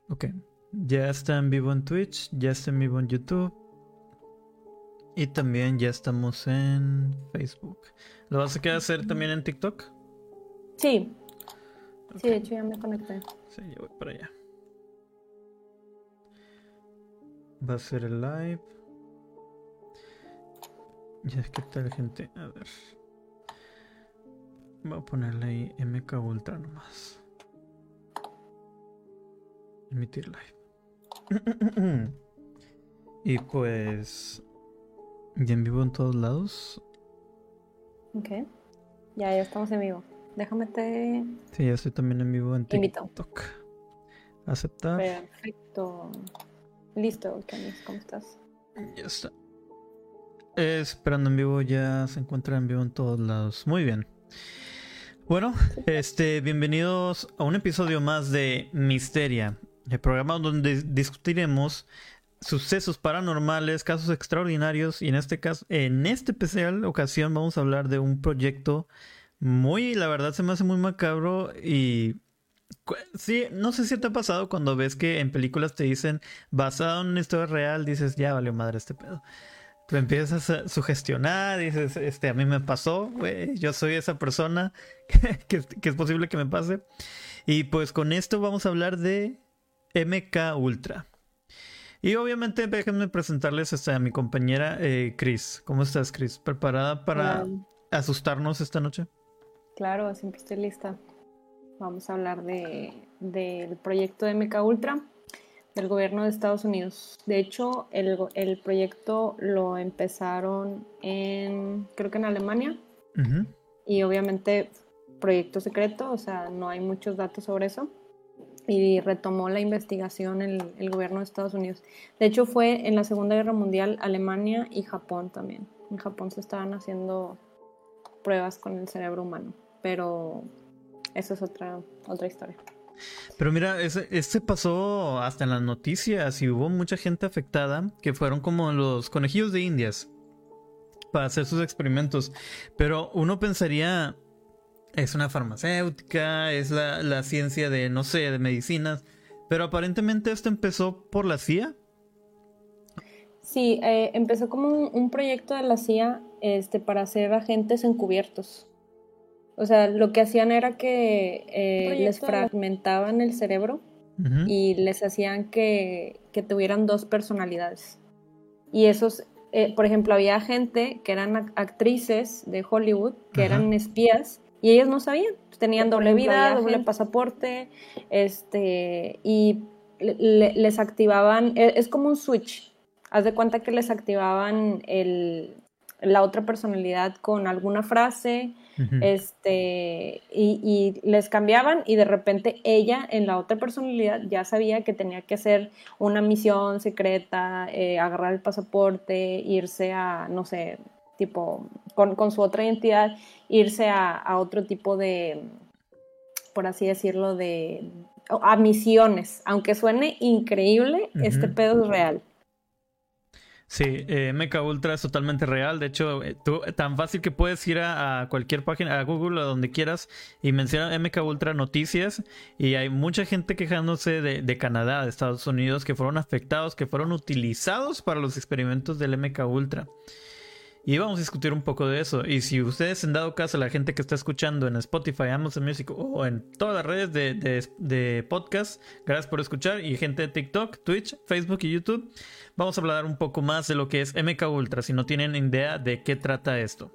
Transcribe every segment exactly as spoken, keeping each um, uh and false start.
Ok, ya está en vivo en Twitch, ya está en vivo en YouTube y también ya estamos en Facebook. ¿Lo vas a querer hacer también en TikTok? Sí, Ok. sí, de hecho ya me conecté. Sí, yo voy para allá. Va a ser el live. Ya es que tal gente. A ver. Voy a ponerle ahí M K Ultra nomás. Emitir live. Y pues. Ya en vivo en todos lados. Ok, ya, ya estamos en vivo. Déjame te Sí, ya estoy también en vivo en invito. TikTok. Aceptar. Perfecto. Listo, Camis, ¿cómo estás? Ya está. Eh, esperando en vivo, ya se encuentra en vivo en todos lados. Muy bien. Bueno, este, bienvenidos a un episodio más de Misteria, el programa donde discutiremos sucesos paranormales, casos extraordinarios, y en este caso, en esta especial ocasión vamos a hablar de un proyecto muy, la verdad se me hace muy macabro y sí, no sé si te ha pasado cuando ves que en películas te dicen basado en una historia real, dices ya valió madre este pedo. Tú empiezas a sugestionar, dices, este, a mí me pasó, güey, yo soy esa persona que, que, que es posible que me pase. Y pues con esto vamos a hablar de M K Ultra. Y obviamente déjenme presentarles hasta a mi compañera eh, Chris. ¿Cómo estás, Chris? ¿Preparada para Hola. asustarnos esta noche? Claro, siempre estoy lista. Vamos a hablar de, del proyecto de M K Ultra del gobierno de Estados Unidos. De hecho, el, el proyecto lo empezaron en, creo que en Alemania, Uh-huh. y obviamente proyecto secreto, o sea, no hay muchos datos sobre eso. Y retomó la investigación el, el gobierno de Estados Unidos. De hecho, fue en la Segunda Guerra Mundial Alemania y Japón también. En Japón se estaban haciendo pruebas con el cerebro humano, pero eso es otra, otra historia. Pero mira, ese, este pasó hasta en las noticias y hubo mucha gente afectada que fueron como los conejillos de Indias para hacer sus experimentos. Pero uno pensaría, es una farmacéutica, es la, la ciencia de, no sé, de medicinas. Pero aparentemente esto empezó por la C I A. Sí, eh, empezó como un, un proyecto de la C I A este, para hacer agentes encubiertos. O sea, lo que hacían era que eh, les fragmentaban el cerebro Uh-huh. y les hacían que, que tuvieran dos personalidades. Y esos, eh, por ejemplo, había gente que eran actrices de Hollywood, que uh-huh. eran espías, y ellas no sabían. Tenían doble ejemplo, vida, doble gente. pasaporte, este, y le, les activaban, es como un switch. Haz de cuenta que les activaban el, la otra personalidad con alguna frase, uh-huh. este, y, y les cambiaban, y de repente ella en la otra personalidad ya sabía que tenía que hacer una misión secreta, eh, agarrar el pasaporte, irse a, no sé, tipo, con, con su otra identidad, irse a, a otro tipo de, por así decirlo, de, a misiones. Aunque suene increíble, uh-huh. este pedo es real. Sí, eh, M K Ultra es totalmente real. De hecho, eh, tú, tan fácil que puedes ir a, a cualquier página, a Google, a donde quieras, y menciona M K Ultra Noticias. Y hay mucha gente quejándose de, de Canadá, de Estados Unidos, que fueron afectados, que fueron utilizados para los experimentos del M K Ultra. Y vamos a discutir un poco de eso. Y si ustedes, en dado caso, la gente que está escuchando en Spotify, Amazon Music o en todas las redes de, de, de podcast, gracias por escuchar. Y gente de TikTok, Twitch, Facebook y YouTube, vamos a hablar un poco más de lo que es M K Ultra, si no tienen idea de qué trata esto.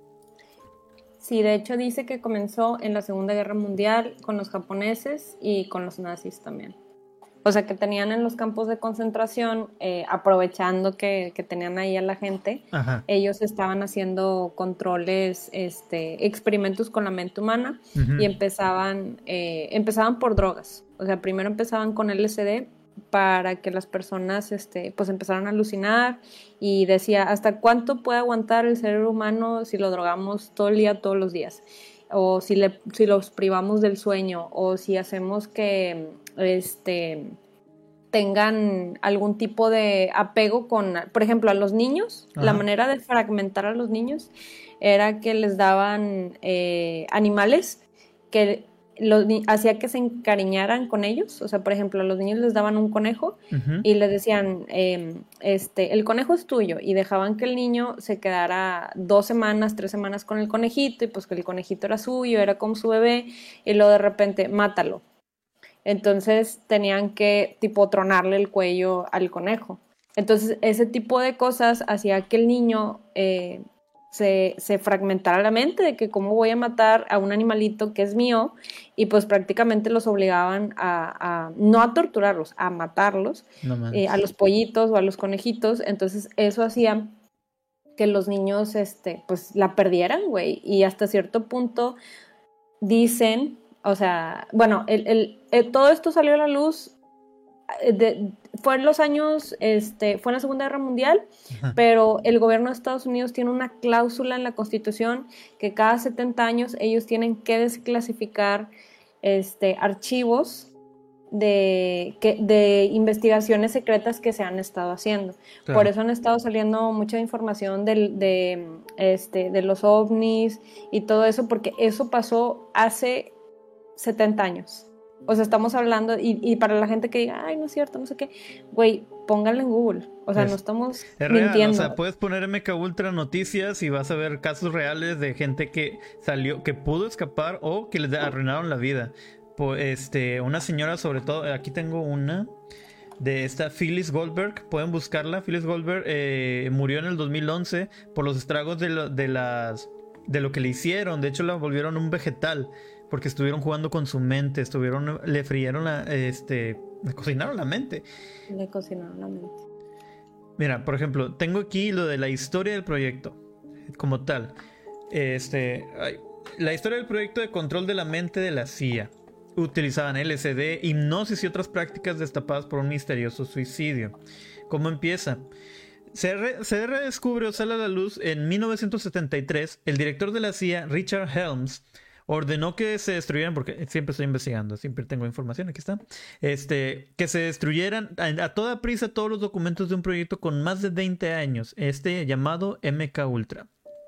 Sí, de hecho dice que comenzó en la Segunda Guerra Mundial con los japoneses y con los nazis también. O sea, que tenían en los campos de concentración, eh, aprovechando que, que tenían ahí a la gente, ajá. Ellos estaban haciendo controles, este, experimentos con la mente humana, uh-huh. y empezaban, eh, empezaban por drogas. O sea, primero empezaban con L S D para que las personas este, pues empezaran a alucinar, y decía, ¿hasta cuánto puede aguantar el cerebro humano si lo drogamos todo el día, todos los días? O si, le, si los privamos del sueño, o si hacemos que este, tengan algún tipo de apego con, por ejemplo, a los niños. Ajá. La manera de fragmentar a los niños era que les daban eh, animales que los, hacía que se encariñaran con ellos. O sea, por ejemplo, a los niños les daban un conejo uh-huh. y les decían, eh, este, el conejo es tuyo, y dejaban que el niño se quedara dos semanas, tres semanas con el conejito, y pues que el conejito era suyo, era como su bebé, y luego de repente, mátalo. Entonces tenían que, tipo, tronarle el cuello al conejo. Entonces ese tipo de cosas hacía que el niño eh, se, se fragmentara la mente de que cómo voy a matar a un animalito que es mío, y pues prácticamente los obligaban a, a no a torturarlos, a matarlos, no eh, a los pollitos o a los conejitos. Entonces eso hacía que los niños este, pues la perdieran, güey, y hasta cierto punto dicen, o sea, bueno, el, el, el, todo esto salió a la luz. De, fue en los años, este, fue en la Segunda Guerra Mundial, ajá. Pero el gobierno de Estados Unidos tiene una cláusula en la Constitución que cada setenta años ellos tienen que desclasificar este, archivos de, que, de investigaciones secretas que se han estado haciendo. Claro. Por eso han estado saliendo mucha información de, de, este, de los ovnis y todo eso, porque eso pasó hace setenta años. O sea, estamos hablando, y, y para la gente que diga, ay, no es cierto, no sé qué, güey, pónganlo en Google. O sea, es, no estamos es mintiendo. Real, o sea, puedes poner M K Ultra Noticias y vas a ver casos reales de gente que salió, que pudo escapar o que les arruinaron la vida. Pues, este, una señora, sobre todo, aquí tengo una de esta Phyllis Goldberg, pueden buscarla. Phyllis Goldberg eh, murió en el dos mil once por los estragos de, lo, de las de lo que le hicieron. De hecho, la volvieron un vegetal. Porque estuvieron jugando con su mente, estuvieron, le frieron la, este, le cocinaron la mente. Le cocinaron la mente. Mira, por ejemplo, tengo aquí lo de la historia del proyecto, como tal. Este, ay, la historia del proyecto de control de la mente de la C I A. Utilizaban L S D, hipnosis y otras prácticas destapadas por un misterioso suicidio. ¿Cómo empieza? Se, re, se redescubre o sale a la luz en mil novecientos setenta y tres. El director de la C I A, Richard Helms, ordenó que se destruyeran, porque siempre estoy investigando, siempre tengo información, aquí está, este, que se destruyeran a, a toda prisa todos los documentos de un proyecto con más de veinte años, este llamado M K Ultra.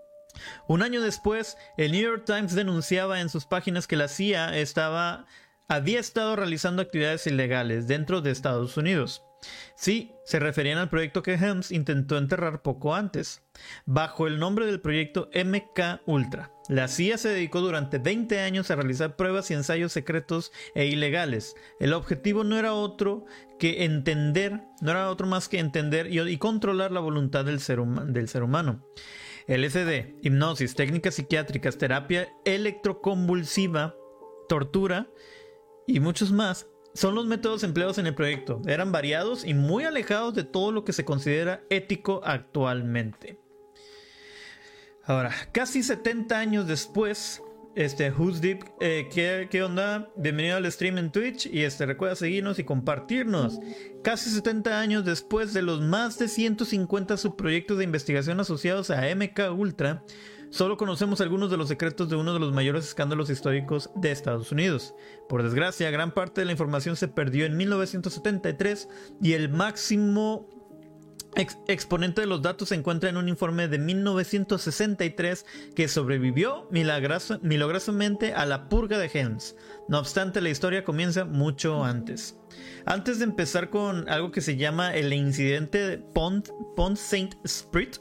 Un año después, el New York Times denunciaba en sus páginas que la C I A estaba, había estado realizando actividades ilegales dentro de Estados Unidos. Sí, se referían al proyecto que Helms intentó enterrar poco antes, bajo el nombre del proyecto M K Ultra. La C I A se dedicó durante veinte años a realizar pruebas y ensayos secretos e ilegales. El objetivo no era otro que entender, no era otro más que entender y, y controlar la voluntad del ser, huma, del ser humano. L S D, hipnosis, técnicas psiquiátricas, terapia electroconvulsiva, tortura y muchos más son los métodos empleados en el proyecto. Eran variados y muy alejados de todo lo que se considera ético actualmente. Ahora, casi setenta años después, este, Who's Deep, eh, ¿qué, ¿qué onda? Bienvenido al stream en Twitch y este, recuerda seguirnos y compartirnos. Casi setenta años después de los más de ciento cincuenta subproyectos de investigación asociados a M K Ultra, solo conocemos algunos de los secretos de uno de los mayores escándalos históricos de Estados Unidos. Por desgracia, gran parte de la información se perdió en mil novecientos setenta y tres y el máximo ex exponente de los datos se encuentra en un informe de mil novecientos sesenta y tres que sobrevivió milagroso, milagrosamente a la purga de Helms. No obstante, la historia comienza mucho antes. Antes de empezar con algo que se llama el incidente de Pont, Pont Saint Sprit,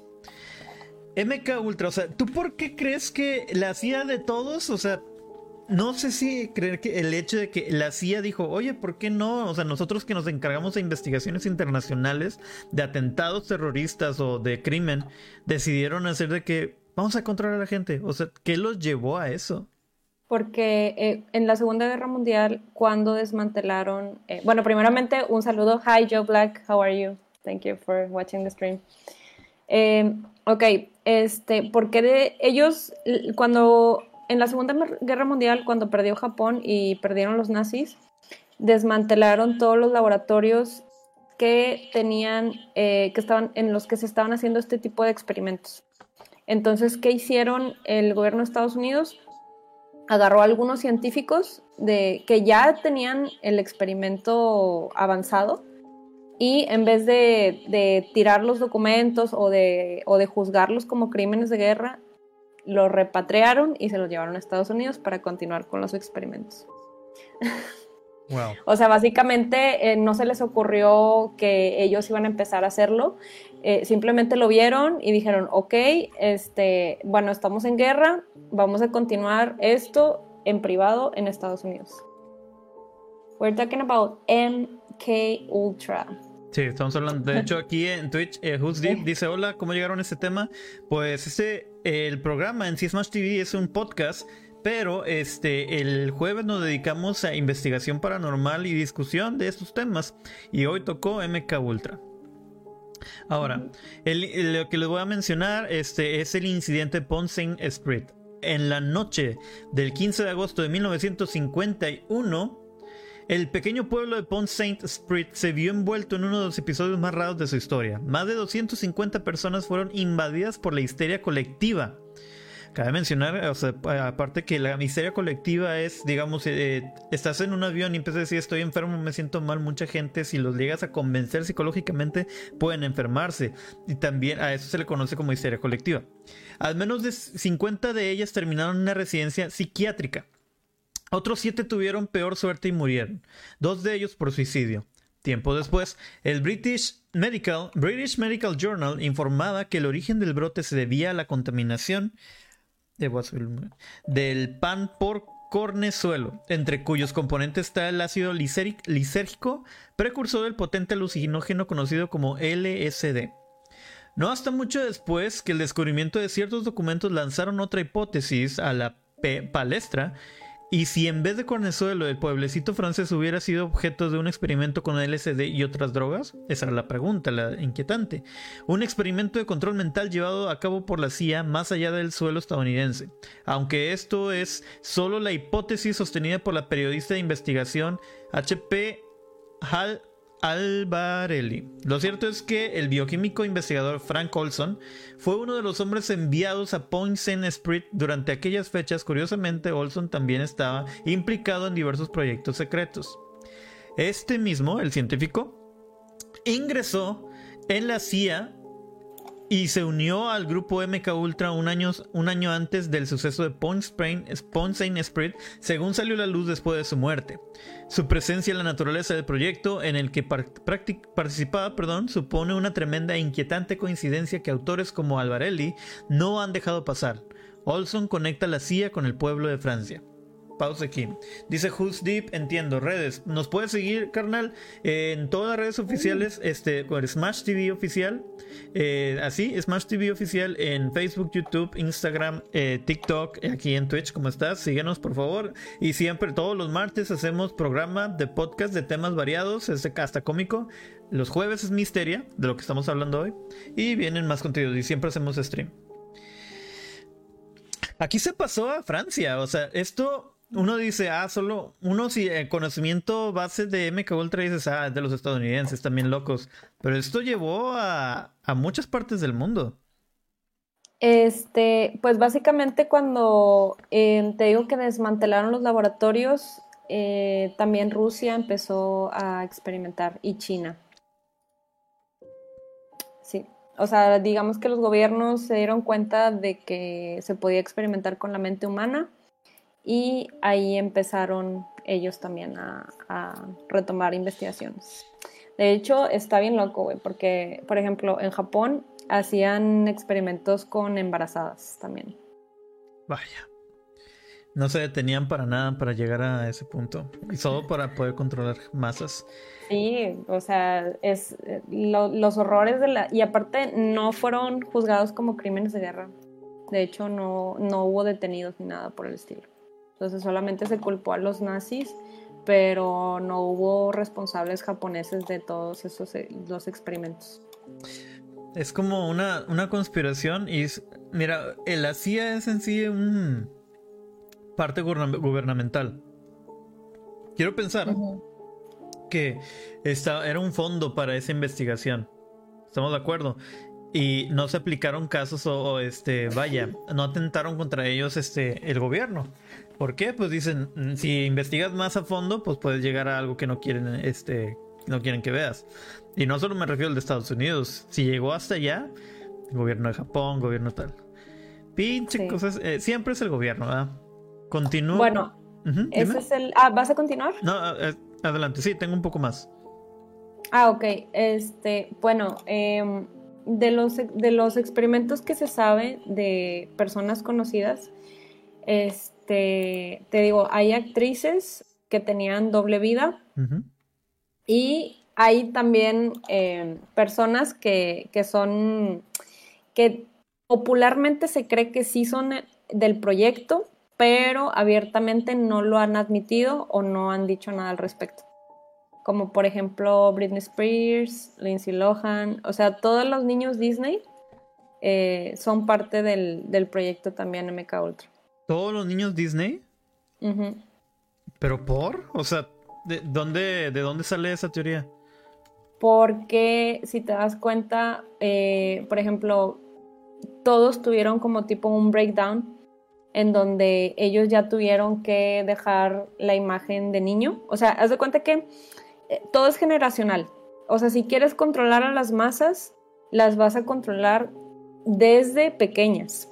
M K Ultra, o sea, ¿tú por qué crees que la C I A de todos, o sea, no sé si creer que el hecho de que la C I A dijo, oye, ¿por qué no? O sea, nosotros que nos encargamos de investigaciones internacionales de atentados terroristas o de crimen, decidieron hacer de que vamos a controlar a la gente. O sea, ¿qué los llevó a eso? Porque eh, en la Segunda Guerra Mundial, cuando desmantelaron, eh, bueno, primeramente un saludo, hi Joe Black, how are you? Thank you for watching the stream. Eh, ok, este, porque de ellos, cuando en la Segunda Guerra Mundial, cuando perdió Japón y perdieron los nazis, desmantelaron todos los laboratorios que tenían, eh, que estaban, en los que se estaban haciendo este tipo de experimentos. Entonces, ¿qué hicieron el gobierno de Estados Unidos? Agarró a algunos científicos de, que ya tenían el experimento avanzado, y en vez de, de tirar los documentos o de, o de juzgarlos como crímenes de guerra, lo repatriaron y se lo llevaron a Estados Unidos para continuar con los experimentos. Wow. O sea, básicamente eh, no se les ocurrió que ellos iban a empezar a hacerlo, eh, simplemente lo vieron y dijeron, ok, este, bueno, estamos en guerra, vamos a continuar esto en privado en Estados Unidos. We're talking about M K Ultra. Sí, estamos hablando, de hecho aquí en Twitch, eh, Who's Deep dice, hola, ¿cómo llegaron a este tema? Pues este, eh, el programa en C Smash T V es un podcast, pero este, el jueves nos dedicamos a investigación paranormal y discusión de estos temas, y hoy tocó M K Ultra. Ahora, el, lo que les voy a mencionar este, es el incidente Pont Saint-Esprit. En la noche del quince de agosto de mil novecientos cincuenta y uno, el pequeño pueblo de Pont Saint-Esprit se vio envuelto en uno de los episodios más raros de su historia. Más de doscientas cincuenta personas fueron invadidas por la histeria colectiva. Cabe mencionar, o sea, aparte que la histeria colectiva es, digamos, eh, estás en un avión y empiezas a decir estoy enfermo, me siento mal, mucha gente, si los llegas a convencer psicológicamente pueden enfermarse. Y también a eso se le conoce como histeria colectiva. Al menos de cincuenta de ellas terminaron en una residencia psiquiátrica. Otros siete tuvieron peor suerte y murieron, dos de ellos por suicidio. Tiempo después, el British Medical, British Medical Journal informaba que el origen del brote se debía a la contaminación del pan por cornezuelo, entre cuyos componentes está el ácido lisérgico, precursor del potente alucinógeno conocido como L S D. No hasta mucho después que el descubrimiento de ciertos documentos lanzaron otra hipótesis a la palestra. Y si en vez de cornezuelo el pueblecito francés hubiera sido objeto de un experimento con L S D y otras drogas, esa era la pregunta, la inquietante. Un experimento de control mental llevado a cabo por la C I A más allá del suelo estadounidense. Aunque esto es solo la hipótesis sostenida por la periodista de investigación H P Hall Albarelli. Lo cierto es que el bioquímico investigador Frank Olson fue uno de los hombres enviados a Pont Saint-Esprit durante aquellas fechas. Curiosamente, Olson también estaba implicado en diversos proyectos secretos. Este mismo, el científico, ingresó en la C I A y se unió al grupo M K Ultra un año, un año antes del suceso de Pont Saint-Esprit, según salió a la luz después de su muerte. Su presencia en la naturaleza del proyecto en el que participaba perdón, supone una tremenda e inquietante coincidencia que autores como Albarelli no han dejado pasar. Olson conecta la C I A con el pueblo de Francia. Pausa aquí. Dice Who's Deep, entiendo, redes. Nos puedes seguir, carnal, eh, en todas las redes oficiales, este, con Smash T V oficial, eh, así, Smash T V oficial en Facebook, YouTube, Instagram, eh, TikTok, aquí en Twitch, ¿cómo estás? Síguenos, por favor. Y siempre, todos los martes hacemos programa de podcast de temas variados, este, hasta cómico. Los jueves es Misteria, de lo que estamos hablando hoy. Y vienen más contenidos y siempre hacemos stream. Aquí se pasó a Francia, o sea, esto... Uno dice, ah, solo uno si el conocimiento base de M K Ultra dices, ah, es de los estadounidenses, también locos. Pero esto llevó a, a muchas partes del mundo. Este, pues básicamente cuando eh, te digo que desmantelaron los laboratorios, eh, también Rusia empezó a experimentar y China. Sí, o sea, digamos que los gobiernos se dieron cuenta de que se podía experimentar con la mente humana. Y ahí empezaron ellos también a, a retomar investigaciones. De hecho, está bien loco, güey, porque, por ejemplo, en Japón hacían experimentos con embarazadas también. Vaya. No se detenían para nada para llegar a ese punto. Y solo para poder controlar masas. Sí, o sea, es lo, los horrores de la... Y aparte, no fueron juzgados como crímenes de guerra. De hecho, no, no hubo detenidos ni nada por el estilo. Entonces solamente se culpó a los nazis, pero no hubo responsables japoneses de todos esos los experimentos. Es como una, una conspiración y es, mira, la C I A es en sí un parte gubernamental. Quiero pensar uh-huh. que esta, era un fondo para esa investigación. ¿Estamos de acuerdo? Y no se aplicaron casos o, o este, vaya, no atentaron contra ellos este, el gobierno. ¿Por qué? Pues dicen, si investigas más a fondo, pues puedes llegar a algo que no quieren, este, no quieren que veas. Y no solo me refiero al de Estados Unidos. Si llegó hasta allá, el gobierno de Japón, gobierno tal. Pinche Sí. cosas. Eh, siempre es el gobierno, ¿verdad? Continúo. Bueno, Ujú, ese dime. es el... Ah, ¿vas a continuar? No, eh, adelante. Sí, tengo un poco más. Ah, ok. Este, bueno, em, de los, de los experimentos que se sabe de personas conocidas, este, te digo, hay actrices que tenían doble vida Ujú. y hay también em, personas que, que son, que popularmente se cree que sí son eh, del proyecto, pero abiertamente no lo han admitido o no han dicho nada al respecto. Como por ejemplo Britney Spears, Lindsay Lohan, o sea, todos los niños Disney eh, son parte del, del proyecto también M K Ultra. Todos los niños Disney. Ujú. ¿Pero por? O sea, ¿de dónde, de dónde sale esa teoría? Porque si te das cuenta, eh, por ejemplo, todos tuvieron como tipo un breakdown en donde ellos ya tuvieron que dejar la imagen de niño. O sea, haz de cuenta que eh, todo es generacional. O sea, si quieres controlar a las masas, las vas a controlar desde pequeñas.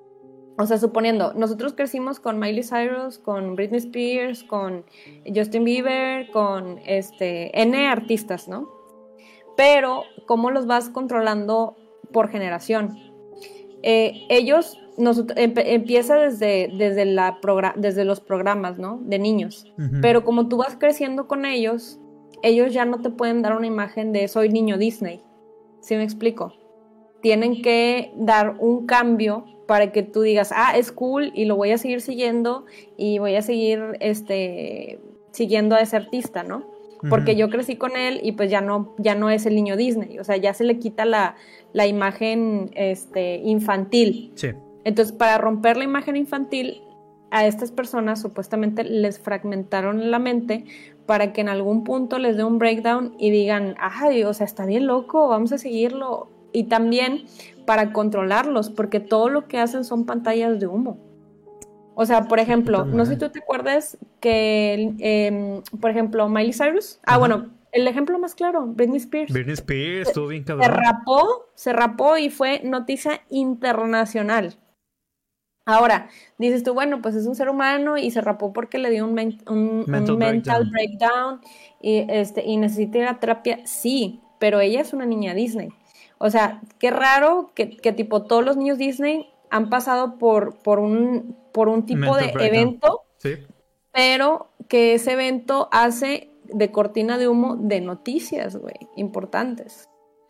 O sea, suponiendo, nosotros crecimos con Miley Cyrus, con Britney Spears, con Justin Bieber, con este N artistas, ¿no? Pero, ¿cómo los vas controlando por generación? Eh, ellos, nosotros, em, empieza desde, desde, la progra- desde los programas, ¿no? De niños. Ujú. Pero como tú vas creciendo con ellos, ellos ya no te pueden dar una imagen de soy niño Disney. ¿Sí me explico? Tienen que dar un cambio para que tú digas, ah, es cool y lo voy a seguir siguiendo y voy a seguir este, siguiendo a ese artista, ¿no? Porque Ujú. yo crecí con él y pues ya no, ya no es el niño Disney, o sea, ya se le quita la, la imagen este, infantil. Sí. Entonces, para romper la imagen infantil, a estas personas supuestamente les fragmentaron la mente para que en algún punto les dé un breakdown y digan, ay, o sea, está bien loco, vamos a seguirlo. Y también para controlarlos, porque todo lo que hacen son pantallas de humo. O sea, por ejemplo, no sé si tú te acuerdas que, eh, por ejemplo, Miley Cyrus. Ah, Ajá. bueno, el ejemplo más claro, Britney Spears. Britney Spears, estuvo bien Se cabrón. rapó, se rapó y fue noticia internacional. Ahora, dices tú, bueno, pues es un ser humano y se rapó porque le dio un, men- un, Mental un mental breakdown. breakdown y, este, y necesita ir a terapia. Sí, pero ella es una niña Disney. O sea, qué raro que, que tipo todos los niños Disney han pasado por, por, un, por un tipo Mental de breakdown. evento, Sí. pero que ese evento hace de cortina de humo de noticias, güey, importantes.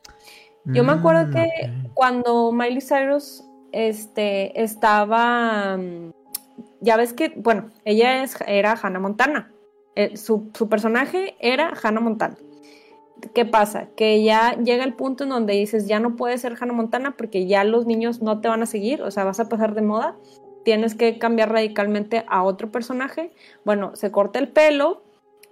Yo me acuerdo Mm, que ok. cuando Miley Cyrus este, estaba, mm, ya ves que, bueno, ella es, era Hannah Montana. Eh, su, su personaje era Hannah Montana. ¿Qué pasa? Que ya llega el punto en donde dices, ya no puedes ser Hannah Montana porque ya los niños no te van a seguir, o sea, vas a pasar de moda, tienes que cambiar radicalmente a otro personaje. Bueno, se corta el pelo,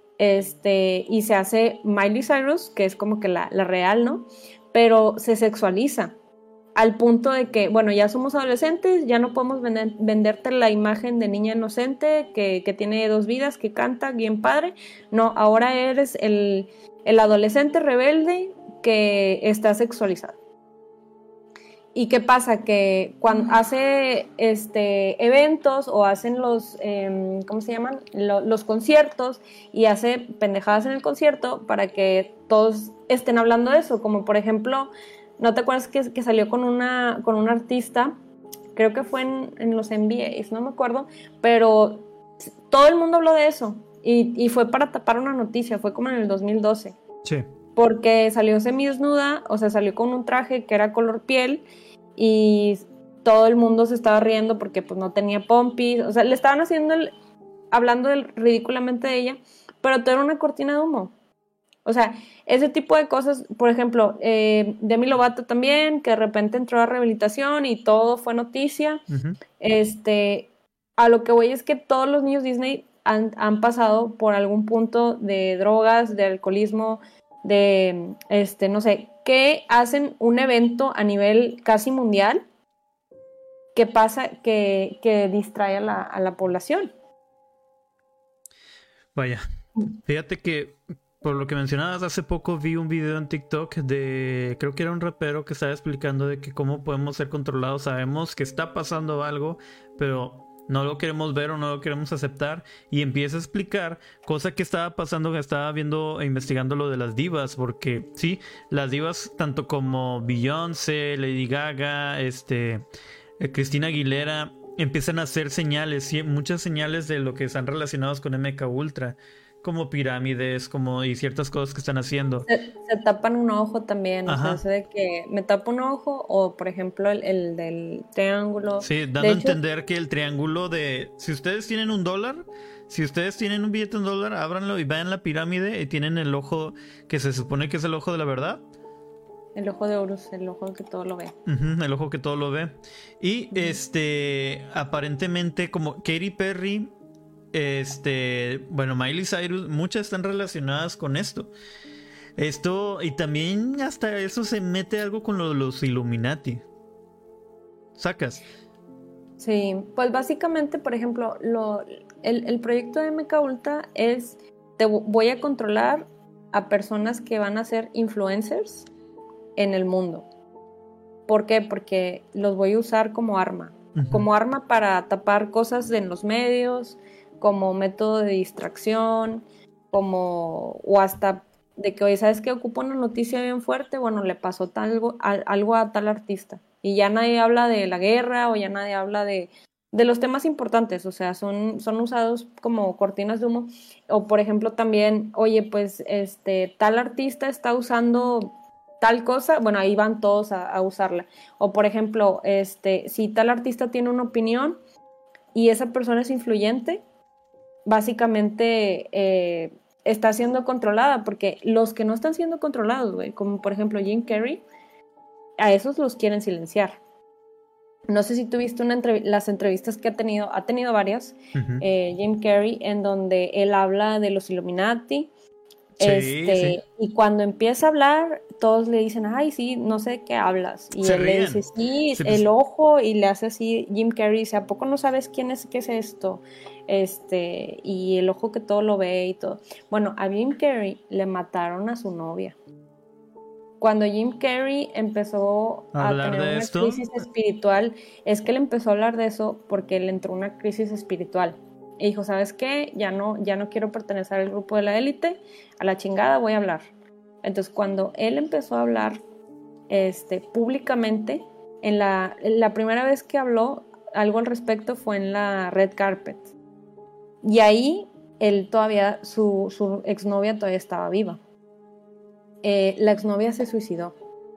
este, y se hace Miley Cyrus, que es como que la, la real, ¿no? Pero se sexualiza al punto de que, bueno, ya somos adolescentes, ya no podemos vender, venderte la imagen de niña inocente que, que tiene dos vidas, que canta bien padre. No, ahora eres el, el adolescente rebelde que está sexualizado. ¿Y qué pasa? Que cuando hace este, eventos o hacen los, eh, ¿cómo se llaman? Lo, los conciertos y hace pendejadas en el concierto para que todos estén hablando de eso. Como por ejemplo, ¿no te acuerdas que, que salió con una, con una artista? Creo que fue en, en los N B As, no me acuerdo, pero todo el mundo habló de eso y, y fue para tapar una noticia, fue como en el dos mil doce. Sí. Porque salió semidesnuda, o sea, salió con un traje que era color piel y todo el mundo se estaba riendo porque pues no tenía pompis, o sea, le estaban haciendo el, hablando del, ridículamente de ella, pero todo era una cortina de humo. O sea, ese tipo de cosas, por ejemplo, eh, Demi Lovato también, que de repente entró a rehabilitación y todo fue noticia. Ujú. Este, a lo que voy es que todos los niños Disney han, han pasado por algún punto de drogas, de alcoholismo, de, este, no sé, que hacen un evento a nivel casi mundial que pasa, que, que distrae a la, a la población. Vaya. Fíjate que por lo que mencionabas, hace poco vi un video en TikTok de, creo que era un rapero que estaba explicando de que cómo podemos ser controlados. Sabemos que está pasando algo, pero no lo queremos ver o no lo queremos aceptar. Y empieza a explicar cosa que estaba pasando, que estaba viendo e investigando lo de las divas. Porque sí, las divas, tanto como Beyoncé, Lady Gaga, este, eh, Christina Aguilera, empiezan a hacer señales, sí, muchas señales de lo que están relacionados con M K Ultra, como pirámides, como y ciertas cosas que están haciendo. Se, se tapan un ojo también, o sea, Ajá. eso de que me tapo un ojo, o por ejemplo el, el del triángulo. Sí, De dando a hecho, entender que el triángulo de... Si ustedes tienen un dólar, si ustedes tienen un billete de un dólar, ábranlo y vean la pirámide y tienen el ojo que se supone que es el ojo de la verdad. el ojo de Horus, el ojo que todo lo ve. Ujú, el ojo que todo lo ve. Y este, aparentemente como Katy Perry, este, bueno, Miley Cyrus, muchas están relacionadas con esto. Esto, y también hasta eso se mete algo con lo de los Illuminati. ¿Sacas? Sí, pues básicamente, por ejemplo, lo, el, el proyecto de M K Ultra es, te vo- voy a controlar a personas que van a ser influencers en el mundo. ¿Por qué? Porque los voy a usar como arma, Ujú. como arma para tapar cosas en los medios, como método de distracción, como, o hasta de que, oye, ¿sabes qué? Ocupa una noticia bien fuerte, bueno, le pasó tal, algo, a, algo a tal artista, y ya nadie habla de la guerra, o ya nadie habla de, de los temas importantes, o sea, son, son usados como cortinas de humo. O por ejemplo también, oye, pues este tal artista está usando tal cosa, bueno, ahí van todos a, a usarla. O por ejemplo, este, si tal artista tiene una opinión y esa persona es influyente, básicamente eh, está siendo controlada, porque los que no están siendo controlados, güey, como por ejemplo Jim Carrey, a esos los quieren silenciar. No sé si tuviste una entrev- las entrevistas que ha tenido, ha tenido varias, Ujú. eh, Jim Carrey, en donde él habla de los Illuminati. Sí, sí. Este, y cuando empieza a hablar, todos le dicen, ay, sí, no sé de qué hablas. Y Se él le dice, ríen. sí, Sí, el pues, ojo, y le hace así, Jim Carrey dice, ¿a poco no sabes quién es, qué es esto? Este, y el ojo que todo lo ve y todo. Bueno, a Jim Carrey le mataron a su novia. Cuando Jim Carrey empezó a hablar tener de una esto. crisis espiritual, es que él empezó a hablar de eso porque le entró una crisis espiritual. Y dijo, ¿sabes qué? Ya no, ya no quiero pertenecer al grupo de la élite, a la chingada voy a hablar. Entonces, cuando él empezó a hablar este, públicamente, en la, en la primera vez que habló algo al respecto fue en la red carpet. Y ahí él todavía, su, su exnovia todavía estaba viva. Eh, la exnovia se suicidó.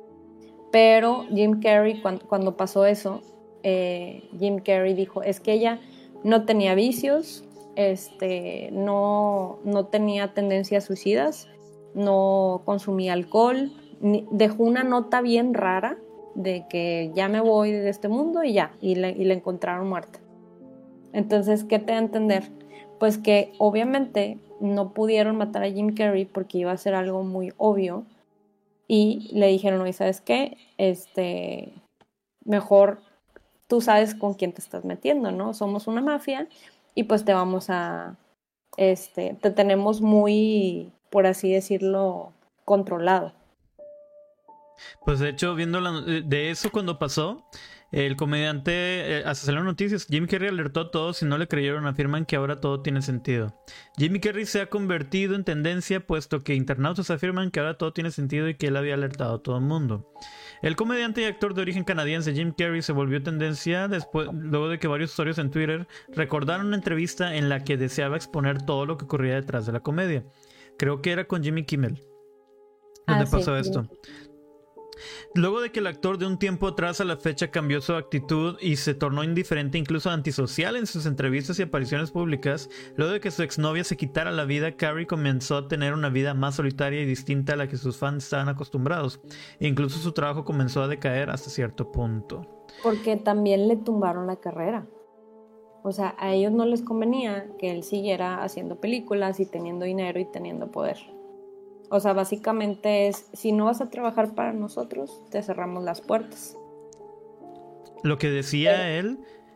Pero Jim Carrey, cuando, cuando pasó eso, eh, Jim Carrey dijo, es que ella no tenía vicios, este, no, no tenía tendencias suicidas, no consumía alcohol, ni, dejó una nota bien rara de que ya me voy de este mundo y ya, y la, y la encontraron muerta. Entonces, ¿qué te da a entender? Pues que obviamente no pudieron matar a Jim Carrey porque iba a ser algo muy obvio, y le dijeron, oye, ¿sabes qué? Este, mejor tú sabes con quién te estás metiendo, ¿no? Somos una mafia y pues te vamos a, este, te tenemos muy, por así decirlo, controlado. Pues de hecho, viendo la, de eso cuando pasó, el comediante, eh, hasta salieron noticias, Jim Carrey alertó a todos y no le creyeron, afirman que ahora todo tiene sentido. Jim Carrey se ha convertido en tendencia puesto que internautas afirman que ahora todo tiene sentido y que él había alertado a todo el mundo. El comediante y actor de origen canadiense Jim Carrey se volvió tendencia después, luego de que varios usuarios en Twitter recordaron una entrevista en la que deseaba exponer todo lo que ocurría detrás de la comedia. Creo que era con Jimmy Kimmel, donde Ah, sí. pasó esto. Luego de que el actor de un tiempo atrás a la fecha cambió su actitud y se tornó indiferente, incluso antisocial en sus entrevistas y apariciones públicas, luego de que su exnovia se quitara la vida, Carrey comenzó a tener una vida más solitaria y distinta a la que sus fans estaban acostumbrados. E incluso su trabajo comenzó a decaer hasta cierto punto. Porque también le tumbaron la carrera. O sea, a ellos no les convenía que él siguiera haciendo películas y teniendo dinero y teniendo poder. O sea, básicamente es, si no vas a trabajar para nosotros, te cerramos las puertas. Lo que decía Pero, él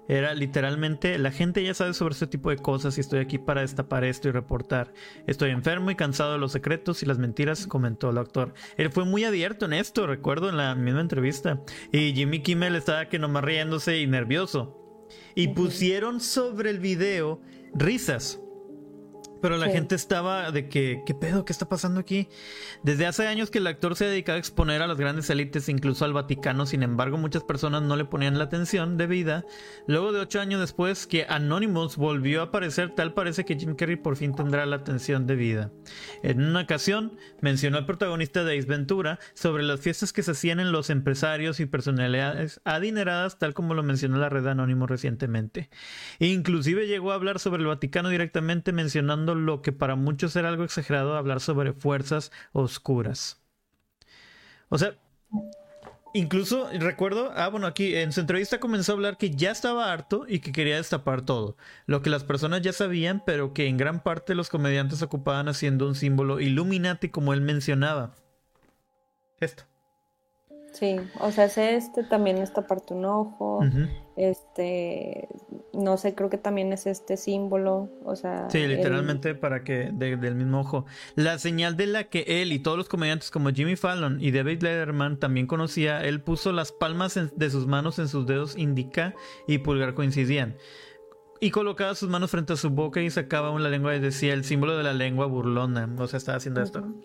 Era literalmente, la gente ya sabe sobre este tipo de cosas y estoy aquí para destapar esto y reportar. Estoy enfermo y cansado de los secretos y las mentiras, comentó el actor. Él fue muy abierto en esto, recuerdo en la misma entrevista. Y Jimmy Kimmel estaba que nomás riéndose y nervioso. Y Ujú. pusieron sobre el video risas. Pero la Sí. gente estaba de que, ¿qué pedo? ¿Qué está pasando aquí? Desde hace años que el actor se ha dedicado a exponer a las grandes élites, incluso al Vaticano. Sin embargo, muchas personas no le ponían la atención debida. Luego de ocho años después que Anonymous volvió a aparecer, tal parece que Jim Carrey por fin tendrá la atención debida. En una ocasión, mencionó al protagonista de Ace Ventura sobre las fiestas que se hacían en los empresarios y personalidades adineradas, tal como lo mencionó la red Anonymous recientemente. Inclusive llegó a hablar sobre el Vaticano directamente, mencionando lo que para muchos era algo exagerado, hablar sobre fuerzas oscuras. O sea, incluso recuerdo, ah bueno, aquí en su entrevista comenzó a hablar que ya estaba harto y que quería destapar todo, lo que las personas ya sabían, pero que en gran parte los comediantes ocupaban haciendo un símbolo Illuminati, como él mencionaba. Esto. Sí, o sea, es este, también esta parte un ojo, Uh-huh. este, no sé, creo que también es este símbolo, o sea, Sí, el, literalmente para que de- del mismo ojo. La señal de la que él y todos los comediantes como Jimmy Fallon y David Letterman también conocía, él puso las palmas en- de sus manos en sus dedos índice y pulgar coincidían. Y colocaba sus manos frente a su boca y sacaba una lengua y decía el símbolo de la lengua burlona. O sea, estaba haciendo esto. ujú.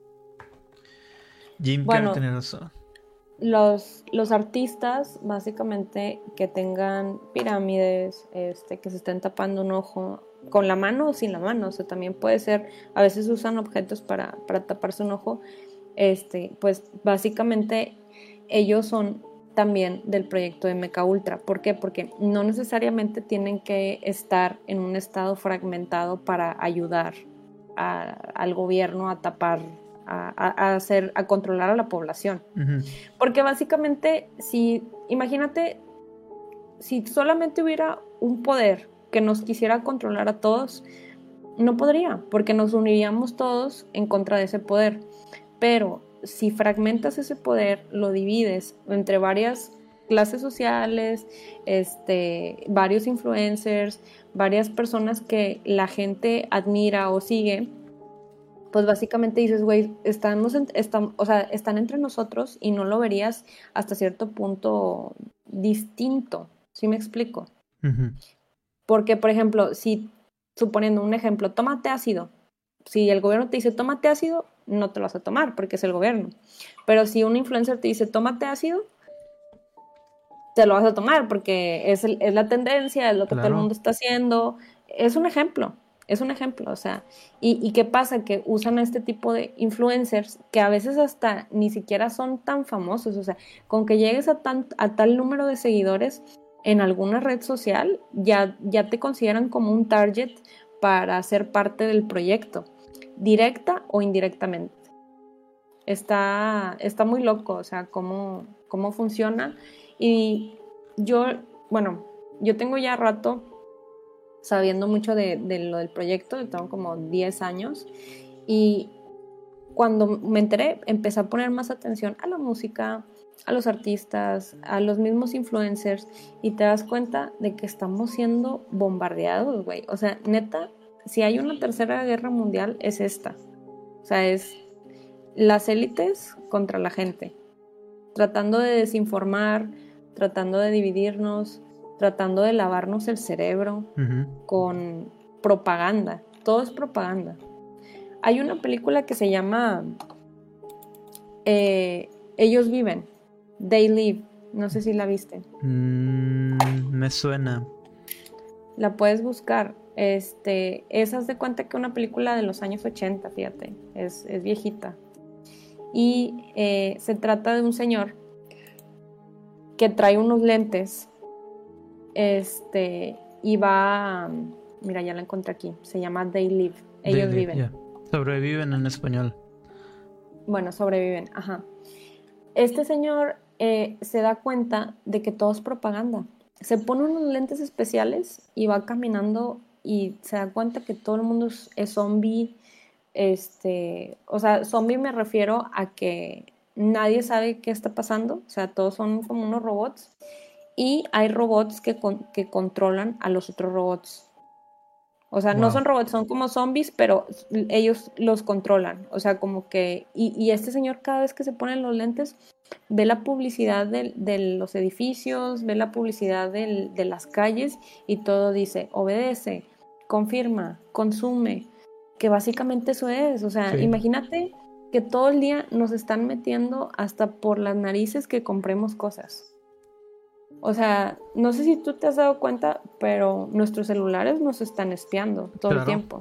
Jim Carrey Bueno, tenía razón. los, los artistas, básicamente, que tengan pirámides, este, que se estén tapando un ojo, con la mano o sin la mano, o sea, también puede ser, a veces usan objetos para, para taparse un ojo, este, pues básicamente ellos son también del proyecto de Mecha Ultra. ¿Por qué? Porque no necesariamente tienen que estar en un estado fragmentado para ayudar a, al gobierno a tapar, a, a, a, hacer, a controlar a la población. Uh-huh. Porque básicamente, si, imagínate, si solamente hubiera un poder que nos quisiera controlar a todos, no podría, porque nos uniríamos todos en contra de ese poder. Pero si fragmentas ese poder, lo divides entre varias clases sociales, este, varios influencers, varias personas que la gente admira o sigue, pues básicamente dices, güey, estamos, están, o sea, están entre nosotros y no lo verías hasta cierto punto distinto, ¿sí me explico? Uh-huh. Porque, por ejemplo, si, suponiendo un ejemplo, tómate ácido, si el gobierno te dice tómate ácido, no te lo vas a tomar porque es el gobierno. Pero si un influencer te dice tómate ácido, te lo vas a tomar porque es, el, es la tendencia, es lo que Claro. todo el mundo está haciendo. Es un ejemplo, es un ejemplo, o sea. ¿Y, y qué pasa? Que usan a este tipo de influencers que a veces hasta ni siquiera son tan famosos. O sea, con que llegues a, tan, a tal número de seguidores en alguna red social, ya, ya te consideran como un target para ser parte del proyecto, directa o indirectamente. Está, está muy loco, o sea, cómo, cómo funciona. Y yo, bueno, yo tengo ya rato sabiendo mucho de, de lo del proyecto, tengo como diez años, y cuando me enteré, empecé a poner más atención a la música, a los artistas, a los mismos influencers, y te das cuenta de que estamos siendo bombardeados, güey. O sea, neta, si hay una tercera guerra mundial, es esta. O sea, es las élites contra la gente, tratando de desinformar, tratando de dividirnos, tratando de lavarnos el cerebro Uh-huh. con propaganda. Todo es propaganda. Hay una película que se llama eh, Ellos viven, They Live. No sé si la viste. Mm, me suena. La puedes buscar. Este, esa es de cuenta que una película de los años ochenta, fíjate, es, es viejita. Y eh, se trata de un señor que trae unos lentes, este, y va, mira, ya la encontré aquí, se llama They Live, ellos They live, viven. yeah. Sobreviven en español. Bueno, sobreviven, ajá. Este señor eh, se da cuenta de que todo es propaganda. Se pone unos lentes especiales y va caminando y se da cuenta que todo el mundo es, es zombie. Este, o sea, zombie me refiero a que nadie sabe qué está pasando, o sea, todos son como unos robots y hay robots que, con, que controlan a los otros robots. O sea, wow. no son robots, son como zombies, pero ellos los controlan. O sea, como que... Y, y este señor cada vez que se pone los lentes, ve la publicidad de, de los edificios, ve la publicidad de, de las calles y todo dice, obedece, confirma, consume, que básicamente eso es. O sea, sí. Imagínate que todo el día nos están metiendo hasta por las narices que compremos cosas. O sea, no sé si tú te has dado cuenta, pero nuestros celulares nos están espiando todo claro. el tiempo.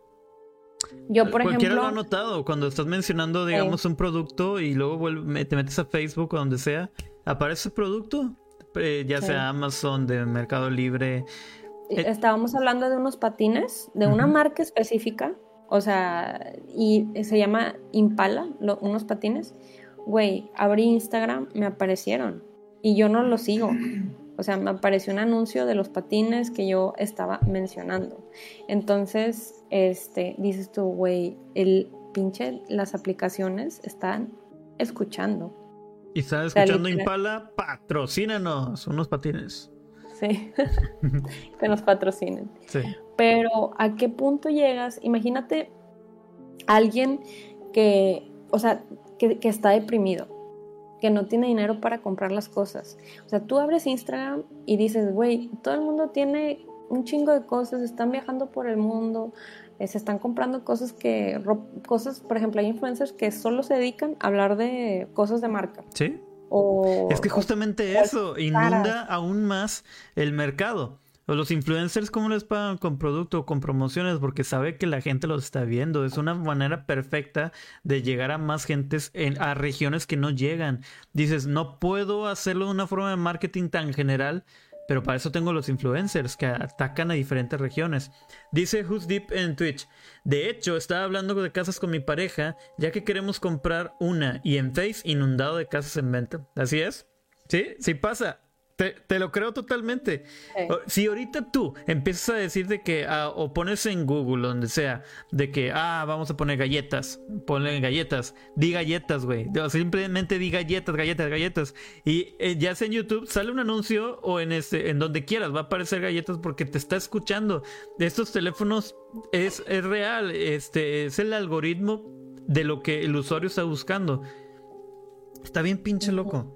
Yo, por Cualquiera ejemplo... lo ha notado. Cuando estás mencionando, digamos, eh, un producto y luego vuelve, te metes a Facebook o donde sea, aparece el producto, eh, ya sí. sea Amazon, de Mercado Libre. Eh, Estábamos hablando de unos patines, de una uh-huh. marca específica, o sea, y se llama Impala, lo, unos patines. Güey, abrí Instagram, me aparecieron. Y yo no lo sigo. O sea, me apareció un anuncio de los patines que yo estaba mencionando. Entonces, este, dices tú, güey, el pinche, las aplicaciones están escuchando. Y está escuchando o sea, Impala, patrocínanos unos patines. Sí, que nos patrocinen. Sí. Pero, ¿a qué punto llegas? Imagínate alguien que, o sea, que, que está deprimido, que no tiene dinero para comprar las cosas. O sea, tú abres Instagram y dices, güey, todo el mundo tiene un chingo de cosas, están viajando por el mundo, eh, se están comprando cosas que, cosas, por ejemplo, hay influencers que solo se dedican a hablar de cosas de marca. Sí. O, es que justamente o, eso inunda aún más el mercado. O los influencers, ¿cómo les pagan? Con producto o con promociones, porque sabe que la gente los está viendo. Es una manera perfecta de llegar a más gentes en, a regiones que no llegan. Dices, no puedo hacerlo de una forma de marketing tan general, pero para eso tengo los influencers que atacan a diferentes regiones. Dice Who's Deep en Twitch, de hecho, estaba hablando de casas con mi pareja, ya que queremos comprar una, y en Face inundado de casas en venta. ¿Así es? Sí, sí pasa. Te, te lo creo totalmente. Sí. Si ahorita tú empiezas a decir de que, uh, o pones en Google, donde sea, de que, ah, vamos a poner galletas, ponle galletas, di galletas, güey. Simplemente di galletas, galletas, galletas. Y eh, ya sea en YouTube, sale un anuncio o en este, en donde quieras, va a aparecer galletas porque te está escuchando. Estos teléfonos es, es real, este, es el algoritmo de lo que el usuario está buscando. Está bien pinche loco.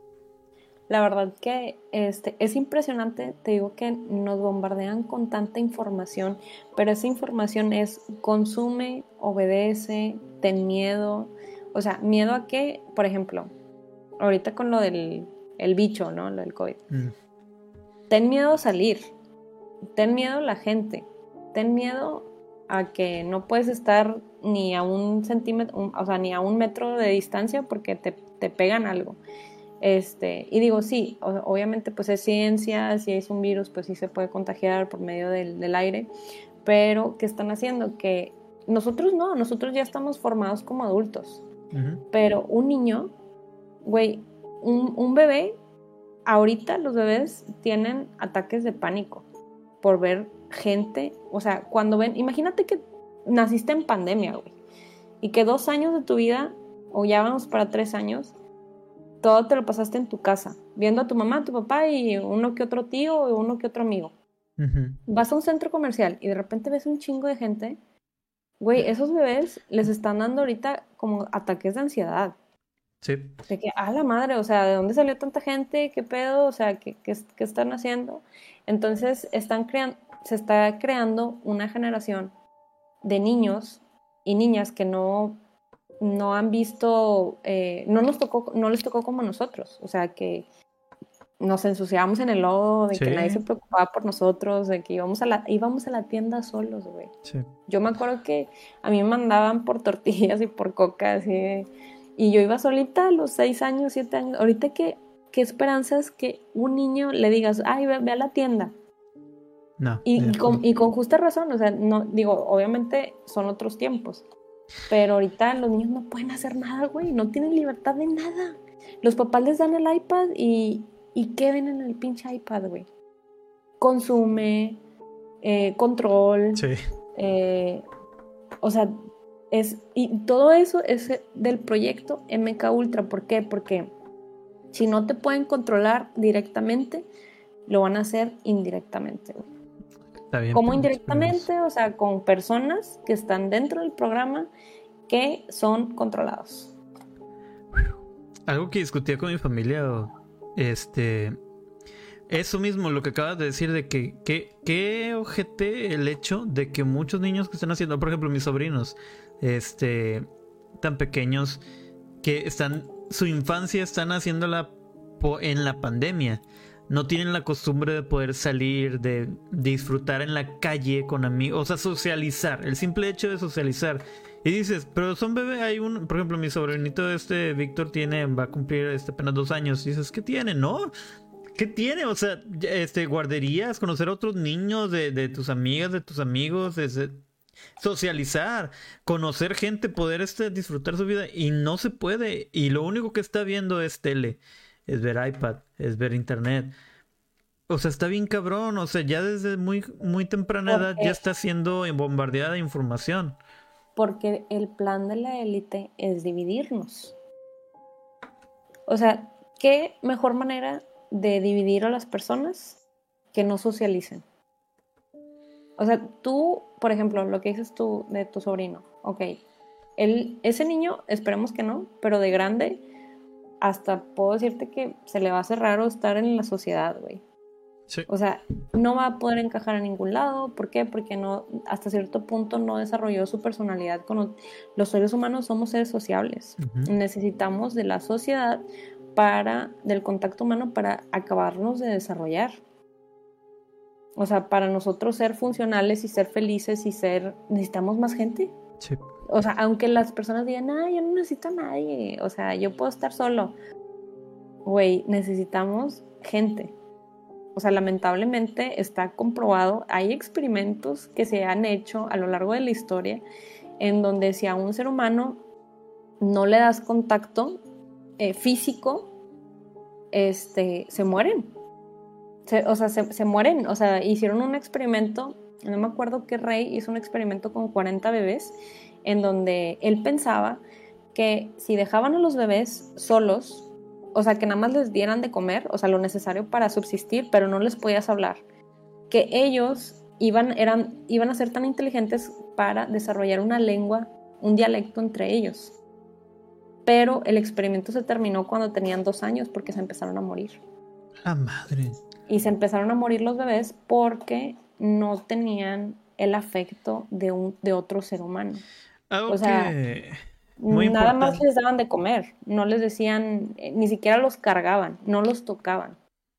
La verdad que este, es impresionante, te digo que nos bombardean con tanta información, pero esa información es consume, obedece, ten miedo. O sea, ¿miedo a qué? Por ejemplo, ahorita con lo del el bicho, ¿no? Lo del COVID. Mm. Ten miedo a salir, ten miedo a la gente, ten miedo a que no puedes estar ni a un centímetro, un, o sea, ni a un metro de distancia porque te, te pegan algo. Este, y digo, sí, obviamente pues es ciencia, si es un virus pues sí se puede contagiar por medio del, del aire, pero ¿qué están haciendo? Que nosotros no, nosotros ya estamos formados como adultos, uh-huh. pero un niño, güey, un, un bebé, ahorita los bebés tienen ataques de pánico por ver gente, o sea, cuando ven, imagínate que naciste en pandemia, güey, y que dos años de tu vida, o ya vamos para tres años, todo te lo pasaste en tu casa, viendo a tu mamá, a tu papá y uno que otro tío y uno que otro amigo. Uh-huh. Vas a un centro comercial y de repente ves un chingo de gente. Güey, esos bebés les están dando ahorita como ataques de ansiedad. Sí. De que, a la madre, o sea, ¿de dónde salió tanta gente? ¿Qué pedo? O sea, ¿qué, qué, qué están haciendo? Entonces, están crean- se está creando una generación de niños y niñas que no... no han visto, eh, no nos tocó, no les tocó como nosotros, o sea que nos ensuciábamos en el lodo, de sí. que nadie se preocupaba por nosotros, de que íbamos a la, íbamos a la tienda solos, güey. Sí. Yo me acuerdo que a mí me mandaban por tortillas y por coca, así, y yo iba solita a los seis años, siete años. Ahorita que, qué esperanzas que un niño le digas, ay, ve, ve a la tienda. No. Y, y, con, y con justa razón, o sea, no, digo, obviamente son otros tiempos. Pero ahorita los niños no pueden hacer nada, güey, no tienen libertad de nada. Los papás les dan el iPad y, y ¿qué ven en el pinche iPad, güey? Consume, eh, control, sí. eh, o sea, es, y todo eso es del proyecto M K Ultra. ¿Por qué? Porque Si no te pueden controlar directamente, lo van a hacer indirectamente, güey. Está bien, ¿Cómo pero indirectamente? O sea, con personas que están dentro del programa que son controlados. Algo que discutía con mi familia, este, eso mismo, lo que acabas de decir, de que, que, que ojete el hecho de que muchos niños que están haciendo, por ejemplo, mis sobrinos, este, tan pequeños, que están, su infancia están haciéndola po- en la pandemia. No tienen la costumbre de poder salir, de, de disfrutar en la calle con amigos, o sea, socializar, el simple hecho de socializar. Y dices, pero son bebés, hay un, por ejemplo, mi sobrinito este, Víctor, tiene, va a cumplir este apenas dos años. Y dices, ¿qué tiene? ¿No? ¿Qué tiene? O sea, este, guarderías, conocer a otros niños de, de tus amigas, de tus amigos, desde socializar, conocer gente, poder este, disfrutar su vida. Y no se puede. Y lo único que está viendo es tele, es ver iPad, es ver internet. O sea, está bien cabrón. O sea, ya desde muy, muy temprana edad ya Porque, está siendo bombardeada de información. porque el plan de la élite es dividirnos. O sea, ¿qué mejor manera de dividir a las personas que no socialicen? O sea, tú, por ejemplo, lo que dices tú de tu sobrino, ok, él, ese niño, esperemos que no, pero de grande, hasta puedo decirte que se le va a hacer raro estar en la sociedad, güey. Sí. O sea, no va a poder encajar a ningún lado. ¿Por qué? Porque no, hasta cierto punto no desarrolló su personalidad. Con los seres humanos somos seres sociables. Uh-huh. Necesitamos de la sociedad para, del contacto humano para acabarnos de desarrollar. O sea, para nosotros ser funcionales y ser felices y ser, necesitamos más gente. Sí. O sea, aunque las personas digan, ah, yo no necesito a nadie, o sea, yo puedo estar solo. Güey, necesitamos gente. O sea, lamentablemente está comprobado, hay experimentos que se han hecho a lo largo de la historia en donde si a un ser humano no le das contacto eh, físico, este, se mueren. Se, o sea, se, se mueren. O sea, hicieron un experimento, no me acuerdo qué rey hizo un experimento con cuarenta bebés en donde él pensaba que si dejaban a los bebés solos, o sea, que nada más les dieran de comer, o sea, lo necesario para subsistir, pero no les podías hablar, que ellos iban, eran, iban a ser tan inteligentes para desarrollar una lengua, un dialecto entre ellos. Pero el experimento se terminó cuando tenían dos años porque se empezaron a morir. La madre. Y se empezaron a morir los bebés porque no tenían el afecto de, un, de otro ser humano. Algo O sea, que muy nada importante. más les daban de comer, no les decían, eh, ni siquiera los cargaban, no los tocaban.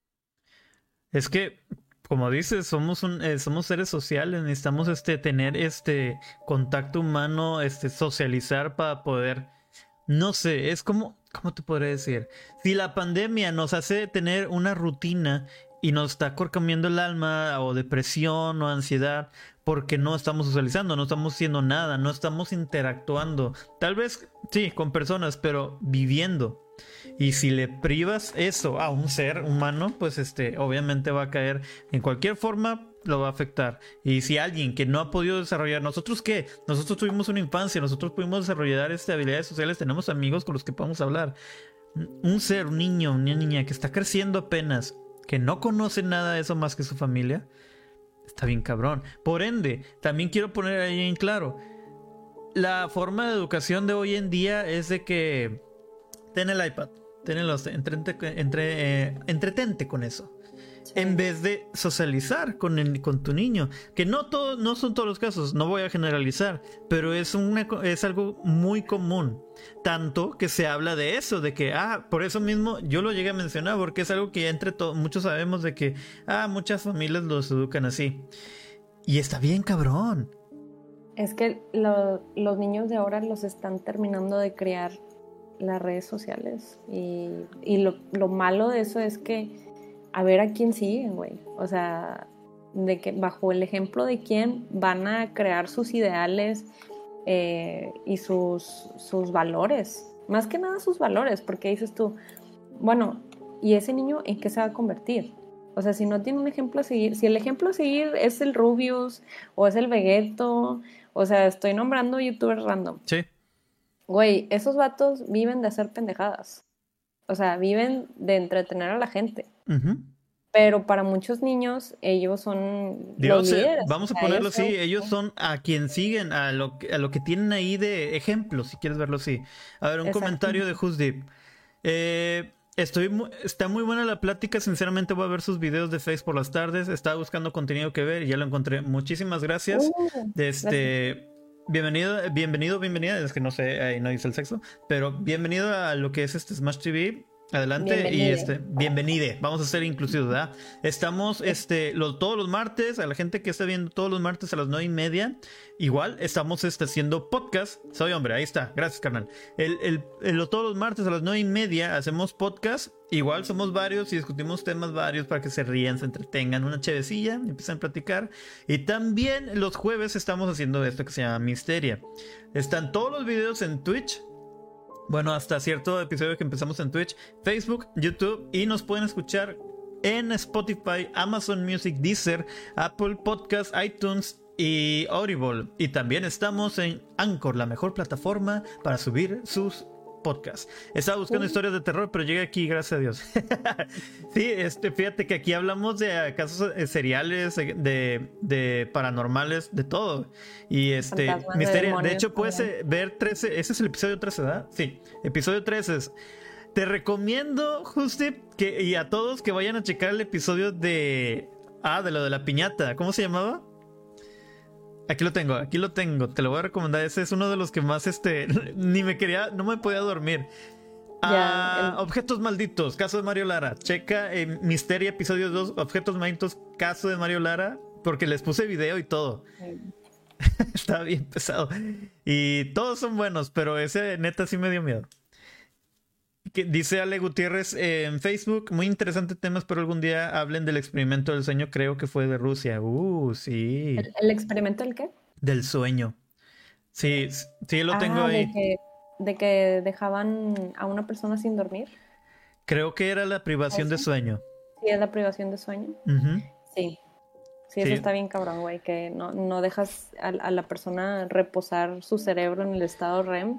Es que, como dices, somos un, eh, somos seres sociales, necesitamos este tener este contacto humano, este socializar para poder, no sé, es como, ¿cómo te podré decir? Si la pandemia nos hace tener una rutina y nos está corcomiendo el alma o depresión o ansiedad porque no estamos socializando, no estamos haciendo nada, no estamos interactuando, tal vez sí, con personas, pero viviendo. Y si le privas eso a un ser humano, pues este, obviamente va a caer en cualquier forma, lo va a afectar. Y si alguien que no ha podido desarrollar, ¿nosotros qué? Nosotros tuvimos una infancia, nosotros pudimos desarrollar este, habilidades sociales, tenemos amigos con los que podemos hablar. Un ser, un niño, una niña que está creciendo apenas, que no conoce nada de eso más que su familia, está bien cabrón. Por ende, también quiero poner ahí en claro, la forma de educación de hoy en día es de que ten el iPad, ten el, entrete, entre, eh, entretente con eso. Sí. En vez de socializar con, el, con tu niño. Que no, todo, no son todos los casos, no voy a generalizar, pero es, una, es algo muy común. Tanto que se habla de eso, de que, ah, por eso mismo yo lo llegué a mencionar, porque es algo que ya entre todos, muchos sabemos de que, ah, muchas familias los educan así. Y está bien cabrón. Es que lo, los niños de ahora los están terminando de criar las redes sociales y, y lo, lo malo de eso es que a ver a quién siguen, güey. O sea, de que bajo el ejemplo de quién van a crear sus ideales eh, y sus, sus valores. Más que nada sus valores, porque dices tú, bueno, ¿y ese niño en qué se va a convertir? O sea, si no tiene un ejemplo a seguir, si el ejemplo a seguir es el Rubius o es el Vegeto, o sea, estoy nombrando youtubers random. Sí. Güey, esos vatos viven de hacer pendejadas. o sea, viven de entretener a la gente. Uh-huh. Pero para muchos niños, ellos son Dios, los líderes. Vamos a o sea, ponerlo ellos así, son... ellos son a quien siguen, a lo, que, a lo que tienen ahí de ejemplo, si quieres verlo así. A ver, un Exacto. comentario de Who's Deep. Eh, estoy mu- está muy buena la plática, sinceramente voy a ver sus videos de Face por las tardes, estaba buscando contenido que ver y ya lo encontré. Muchísimas gracias. Uh, este, gracias. bienvenido, bienvenido, bienvenida, es que no sé, ahí no dice el sexo, pero bienvenido a lo que es este Smash T V. Adelante. Bienvenide. Y este, bienvenide, vamos a ser inclusivos, ¿verdad? Estamos este, los, todos los martes, a la gente que está viendo todos los martes a las nueve y media, igual estamos este, haciendo podcast. Soy hombre, ahí está, gracias carnal. el, el, el, Todos los martes a las nueve y media hacemos podcast, igual somos varios y discutimos temas varios para que se rían, se entretengan, una chevecilla, empiezan a platicar. Y también los jueves estamos haciendo esto que se llama Misteria. Están todos los videos en Twitch. Bueno, hasta cierto episodio que empezamos en Twitch, Facebook, YouTube, y nos pueden escuchar en Spotify, Amazon Music, Deezer, Apple Podcasts, iTunes y Audible. Y también estamos en Anchor, la mejor plataforma para subir sus podcasts. Estaba buscando uh. historias de terror, pero llegué aquí, gracias a Dios. Sí, este, fíjate que aquí hablamos de casos seriales, de, de paranormales, de todo. Y este, misterio. De, de hecho, puedes ver trece. Ese es el episodio trece, ¿verdad? Sí, episodio trece es. Te recomiendo, Justi, que, y a todos que vayan a checar el episodio de. Ah, de lo de la piñata. ¿Cómo se llamaba? Aquí lo tengo, aquí lo tengo, te lo voy a recomendar. Ese es uno de los que más, este, ni me quería, no me podía dormir. Ah, el... Objetos malditos, caso de Mario Lara. Checa eh, Misteria, episodio dos, Objetos malditos, caso de Mario Lara, porque les puse video y todo. Sí. Estaba bien pesado. Y todos son buenos, pero ese neta sí me dio miedo. Que dice Ale Gutiérrez eh, en Facebook, muy interesante tema, espero algún día hablen del experimento del sueño, creo que fue de Rusia. Uh, sí. ¿El, el experimento del qué? Del sueño. Sí, sí lo ah, tengo ahí. De que, de que dejaban a una persona sin dormir. Creo que era la privación de sueño. Sí, es la privación de sueño. Uh-huh. Sí. Sí, eso sí. Está bien cabrón, güey, que no, no dejas a, a la persona reposar su cerebro en el estado R E M.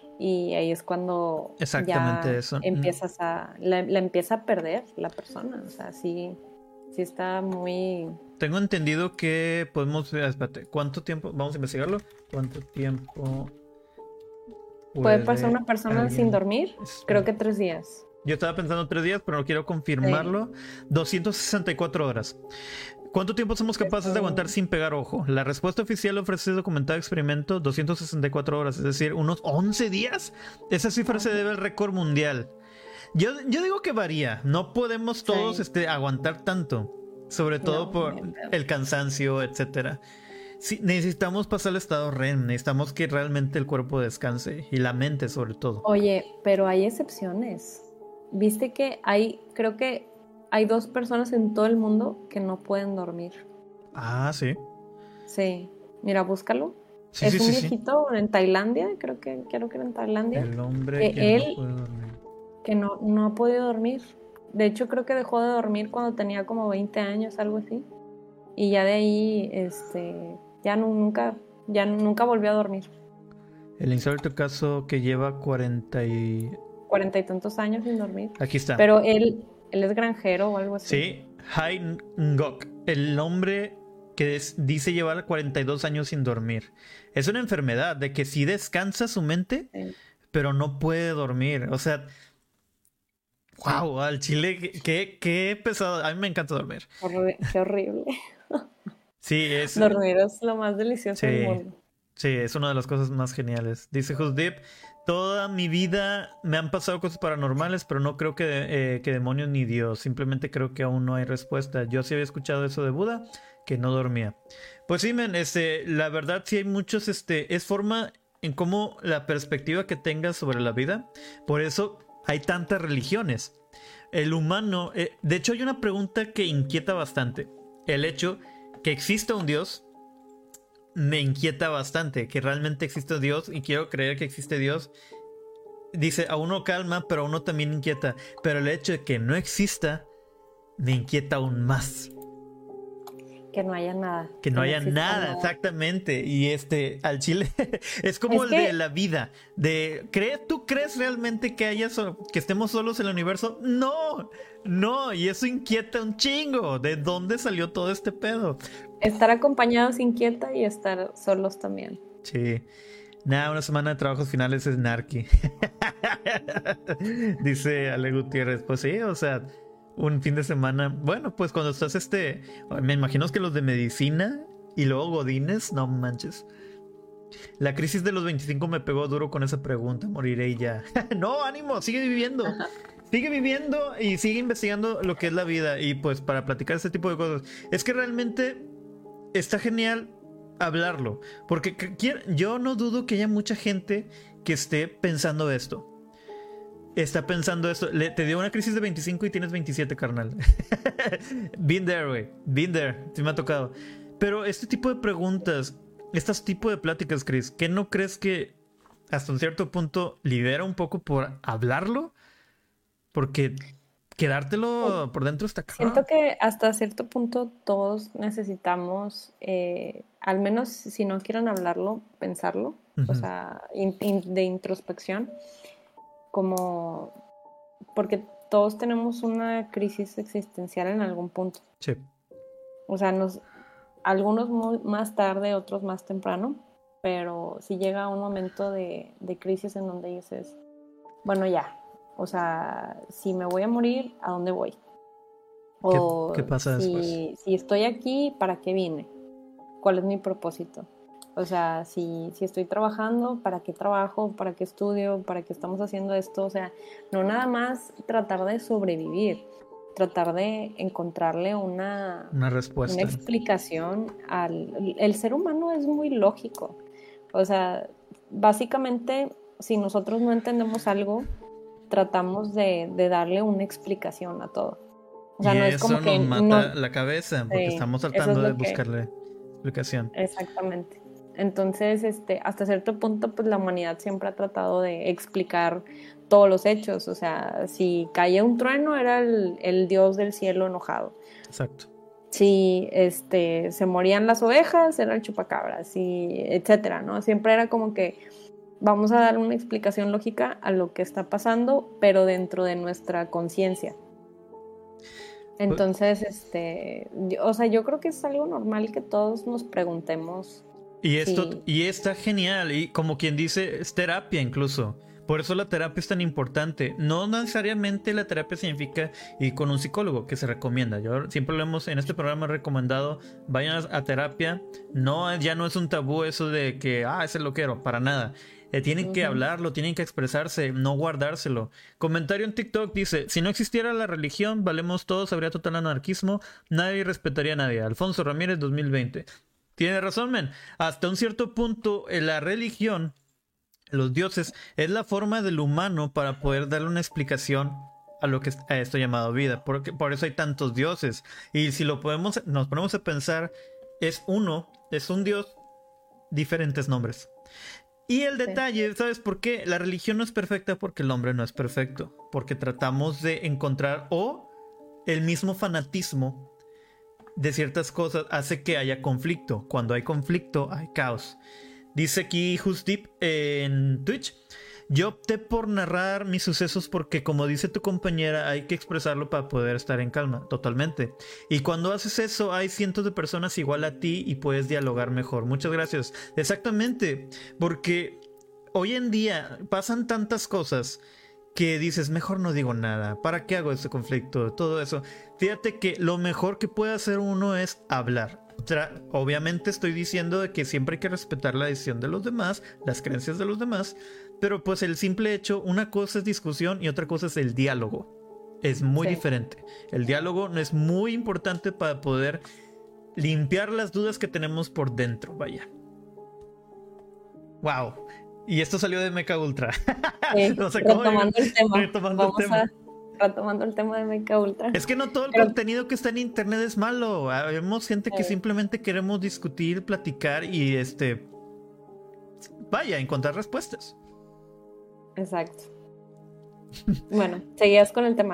Y ahí es cuando exactamente ya eso. empiezas a la, la empieza a perder la persona, o sea, sí, sí está muy. Tengo entendido que podemos, espérate, ¿cuánto tiempo? Vamos a investigarlo. ¿Cuánto tiempo puede, puede pasar una persona alguien... sin dormir? Creo que tres días. Yo estaba pensando tres días, pero no quiero confirmarlo. Sí. doscientas sesenta y cuatro horas. ¿Cuánto tiempo somos capaces de aguantar sin pegar ojo? La respuesta oficial ofrece documentado experimento doscientas sesenta y cuatro horas, es decir, unos once días. Esa cifra se debe al récord mundial. Yo, yo digo que varía. No podemos todos sí. este, aguantar tanto, sobre todo no, por no. el cansancio, etcétera. Sí, necesitamos pasar al estado R E M, necesitamos que realmente el cuerpo descanse y la mente sobre todo. Oye, pero hay excepciones. Viste que hay, creo que hay dos personas en todo el mundo que no pueden dormir. Ah, sí. Sí. Mira, búscalo. Sí, es sí, un sí, viejito sí. en Tailandia, creo que, creo que era en Tailandia. El hombre que, que él, no puede dormir. Que no, no ha podido dormir. De hecho, creo que dejó de dormir cuando tenía como veinte años, algo así. Y ya de ahí, este, ya no, nunca, ya nunca volvió a dormir. El insólito caso que lleva cuarenta y... cuarenta y tantos años sin dormir. Aquí está. Pero él... Él es granjero o algo así. Sí, Hai Ngoc, el hombre que es, dice llevar cuarenta y dos años sin dormir. Es una enfermedad de que sí descansa su mente, sí. pero no puede dormir. O sea, wow, al chile, qué, qué pesado. A mí me encanta dormir. Horri- qué horrible. Sí, es... Dormir es lo más delicioso sí, del mundo. Sí, es una de las cosas más geniales. Dice Who's Deep, toda mi vida me han pasado cosas paranormales, pero no creo que, eh, que demonios ni Dios. Simplemente creo que aún no hay respuesta. Yo sí había escuchado eso de Buda, que no dormía. Pues sí, men, este, la verdad sí hay muchos, este, es forma en cómo la perspectiva que tengas sobre la vida. Por eso hay tantas religiones. El humano, eh, de hecho hay una pregunta que inquieta bastante. El hecho que exista un Dios me inquieta bastante, que realmente existe Dios, y quiero creer que existe Dios. Dice, a uno calma, pero a uno también inquieta. Pero el hecho de que no exista me inquieta aún más. Que no haya nada. Que no haya nada, nada, exactamente. Y este, al chile, es como es el que... de la vida. De, ¿cree, ¿Tú crees realmente que haya so, que estemos solos en el universo? No, no, y eso inquieta un chingo. ¿De dónde salió todo este pedo? Estar acompañados inquieta y estar solos también. Sí. Nada, una semana de trabajos finales es narqui. Dice Ale Gutiérrez. Pues sí, o sea, un fin de semana. Bueno, pues cuando estás este. Me imagino que los de medicina y luego Godines, no manches. La crisis de los veinticinco me pegó duro con esa pregunta. Moriré y ya. No, ánimo, sigue viviendo. Sigue viviendo y sigue investigando lo que es la vida. Y pues para platicar este tipo de cosas. Es que realmente está genial hablarlo. Porque yo no dudo que haya mucha gente que esté pensando esto. Está pensando esto. Le, te dio una crisis de veinticinco y tienes veintisiete, carnal. Been there, güey. Been there. Sí me ha tocado. Pero este tipo de preguntas, estos tipos de pláticas, Chris, ¿qué no crees que hasta un cierto punto libera un poco por hablarlo? Porque quedártelo por dentro está cabrón. Siento que hasta cierto punto todos necesitamos, eh, al menos si no quieren hablarlo, pensarlo. Uh-huh. O sea, in, in, de introspección. Como porque todos tenemos una crisis existencial en algún punto. Sí. O sea, nos, algunos muy, más tarde, otros más temprano, pero sí llega un momento de, de crisis en donde dices, bueno, ya, o sea, si me voy a morir, ¿a dónde voy? O ¿Qué, qué pasa si, después? Si estoy aquí, ¿para qué vine? ¿Cuál es mi propósito? O sea, si, si estoy trabajando, ¿para qué trabajo? ¿Para qué estudio? ¿Para qué estamos haciendo esto? O sea, no nada más tratar de sobrevivir, tratar de encontrarle una, una respuesta, una explicación al... El ser humano es muy lógico. O sea, básicamente, si nosotros no entendemos algo, tratamos de, de darle una explicación a todo. O sea, y no eso es como nos que mata no, la cabeza, porque sí, estamos tratando de que, buscarle explicación. Exactamente. Entonces, este, hasta cierto punto, pues la humanidad siempre ha tratado de explicar todos los hechos. O sea, si caía un trueno, era el, el dios del cielo enojado. Exacto. Si este, se morían las ovejas, era el chupacabras, y etcétera, ¿no? Siempre era como que vamos a dar una explicación lógica a lo que está pasando, pero dentro de nuestra conciencia. Entonces, este, yo, o sea, yo creo que es algo normal que todos nos preguntemos. Y esto, si... y está genial, y como quien dice, es terapia incluso. Por eso la terapia es tan importante. No necesariamente la terapia significa ir con un psicólogo, que se recomienda. Yo siempre lo hemos en este programa recomendado, vayan a terapia. No, ya no es un tabú eso de que, ah, ese lo quiero, para nada. Eh, tienen uh-huh. que hablarlo, tienen que expresarse, no guardárselo. Comentario en TikTok dice, si no existiera la religión, valemos todos, habría total anarquismo, nadie respetaría a nadie. Alfonso Ramírez, dos mil veinte. Tiene razón, men. Hasta un cierto punto, la religión, los dioses, es la forma del humano para poder darle una explicación a lo que es a esto llamado vida. Porque, por eso hay tantos dioses. Y si lo podemos, nos ponemos a pensar, es uno, es un dios, diferentes nombres. Y el detalle, ¿sabes por qué? La religión no es perfecta porque el hombre no es perfecto. Porque tratamos de encontrar o el mismo fanatismo de ciertas cosas hace que haya conflicto. Cuando hay conflicto, hay caos. Dice aquí Justip en Twitch, yo opté por narrar mis sucesos porque, como dice tu compañera, hay que expresarlo para poder estar en calma, totalmente. Y cuando haces eso, hay cientos de personas igual a ti y puedes dialogar mejor. Muchas gracias. Exactamente, porque hoy en día pasan tantas cosas que dices, mejor no digo nada, ¿para qué hago este conflicto? Todo eso. Fíjate que lo mejor que puede hacer uno es hablar. Tra- Obviamente estoy diciendo de que siempre hay que respetar la decisión de los demás, las creencias de los demás, pero pues el simple hecho, una cosa es discusión y otra cosa es el diálogo. Es muy sí. diferente. El diálogo es muy importante para poder limpiar las dudas que tenemos por dentro, vaya. Wow. Y esto salió de Mecha Ultra. Sí, o sea, retomando el tema. Retomando Vamos el tema. A, retomando el tema de Mecha Ultra. Es que no todo el Pero... contenido que está en internet es malo. Vemos gente sí. que simplemente queremos discutir, platicar y este... vaya, encontrar respuestas. Exacto. Bueno, seguías con el tema, ¿no?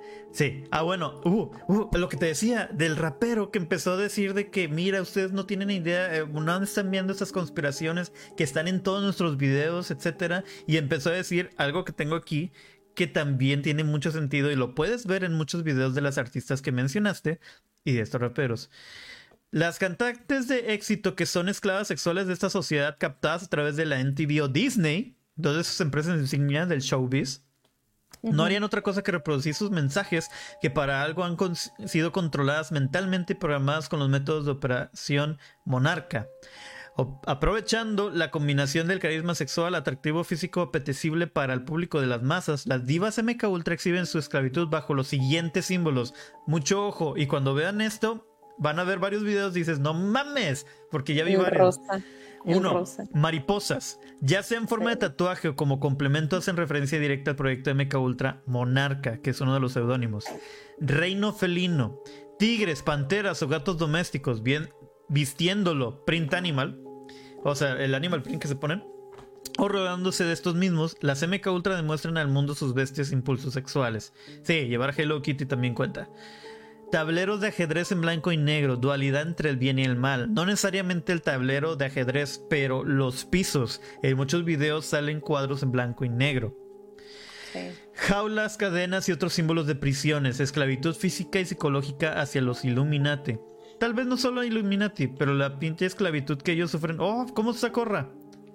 Sí, ah bueno, uh, uh, lo que te decía del rapero que empezó a decir de que mira, ustedes no tienen idea, eh, no están viendo estas conspiraciones que están en todos nuestros videos, etcétera, y empezó a decir algo que tengo aquí que también tiene mucho sentido y lo puedes ver en muchos videos de las artistas que mencionaste y de estos raperos. Las cantantes de éxito que son esclavas sexuales de esta sociedad captadas a través de la M T V o Disney, dos de sus empresas insignias del showbiz, uh-huh. no harían otra cosa que reproducir sus mensajes que para algo han con- sido controladas mentalmente y programadas con los métodos de operación Monarca. O- aprovechando la combinación del carisma sexual, atractivo físico apetecible para el público de las masas, las divas M K Ultra exhiben su esclavitud bajo los siguientes símbolos. Mucho ojo, y cuando vean esto, van a ver varios videos y dices, no mames, porque ya vi el varios. Rosa. Uno, rosa. mariposas, ya sea en forma sí. de tatuaje o como complemento, hacen referencia directa al proyecto M K Ultra Monarca, que es uno de los seudónimos. Reino felino, tigres, panteras o gatos domésticos, bien vistiéndolo, print animal, o sea, el animal print que se ponen, o rodeándose de estos mismos, las M K Ultra demuestran al mundo sus bestias impulsos sexuales. Sí, llevar Hello Kitty también cuenta. Tableros de ajedrez en blanco y negro, dualidad entre el bien y el mal. No necesariamente el tablero de ajedrez, pero los pisos. En muchos videos salen cuadros en blanco y negro. Sí. Jaulas, cadenas y otros símbolos de prisiones, esclavitud física y psicológica hacia los Illuminati. Tal vez no solo Illuminati, pero la pinche esclavitud que ellos sufren. ¡Oh! ¿Cómo se corra?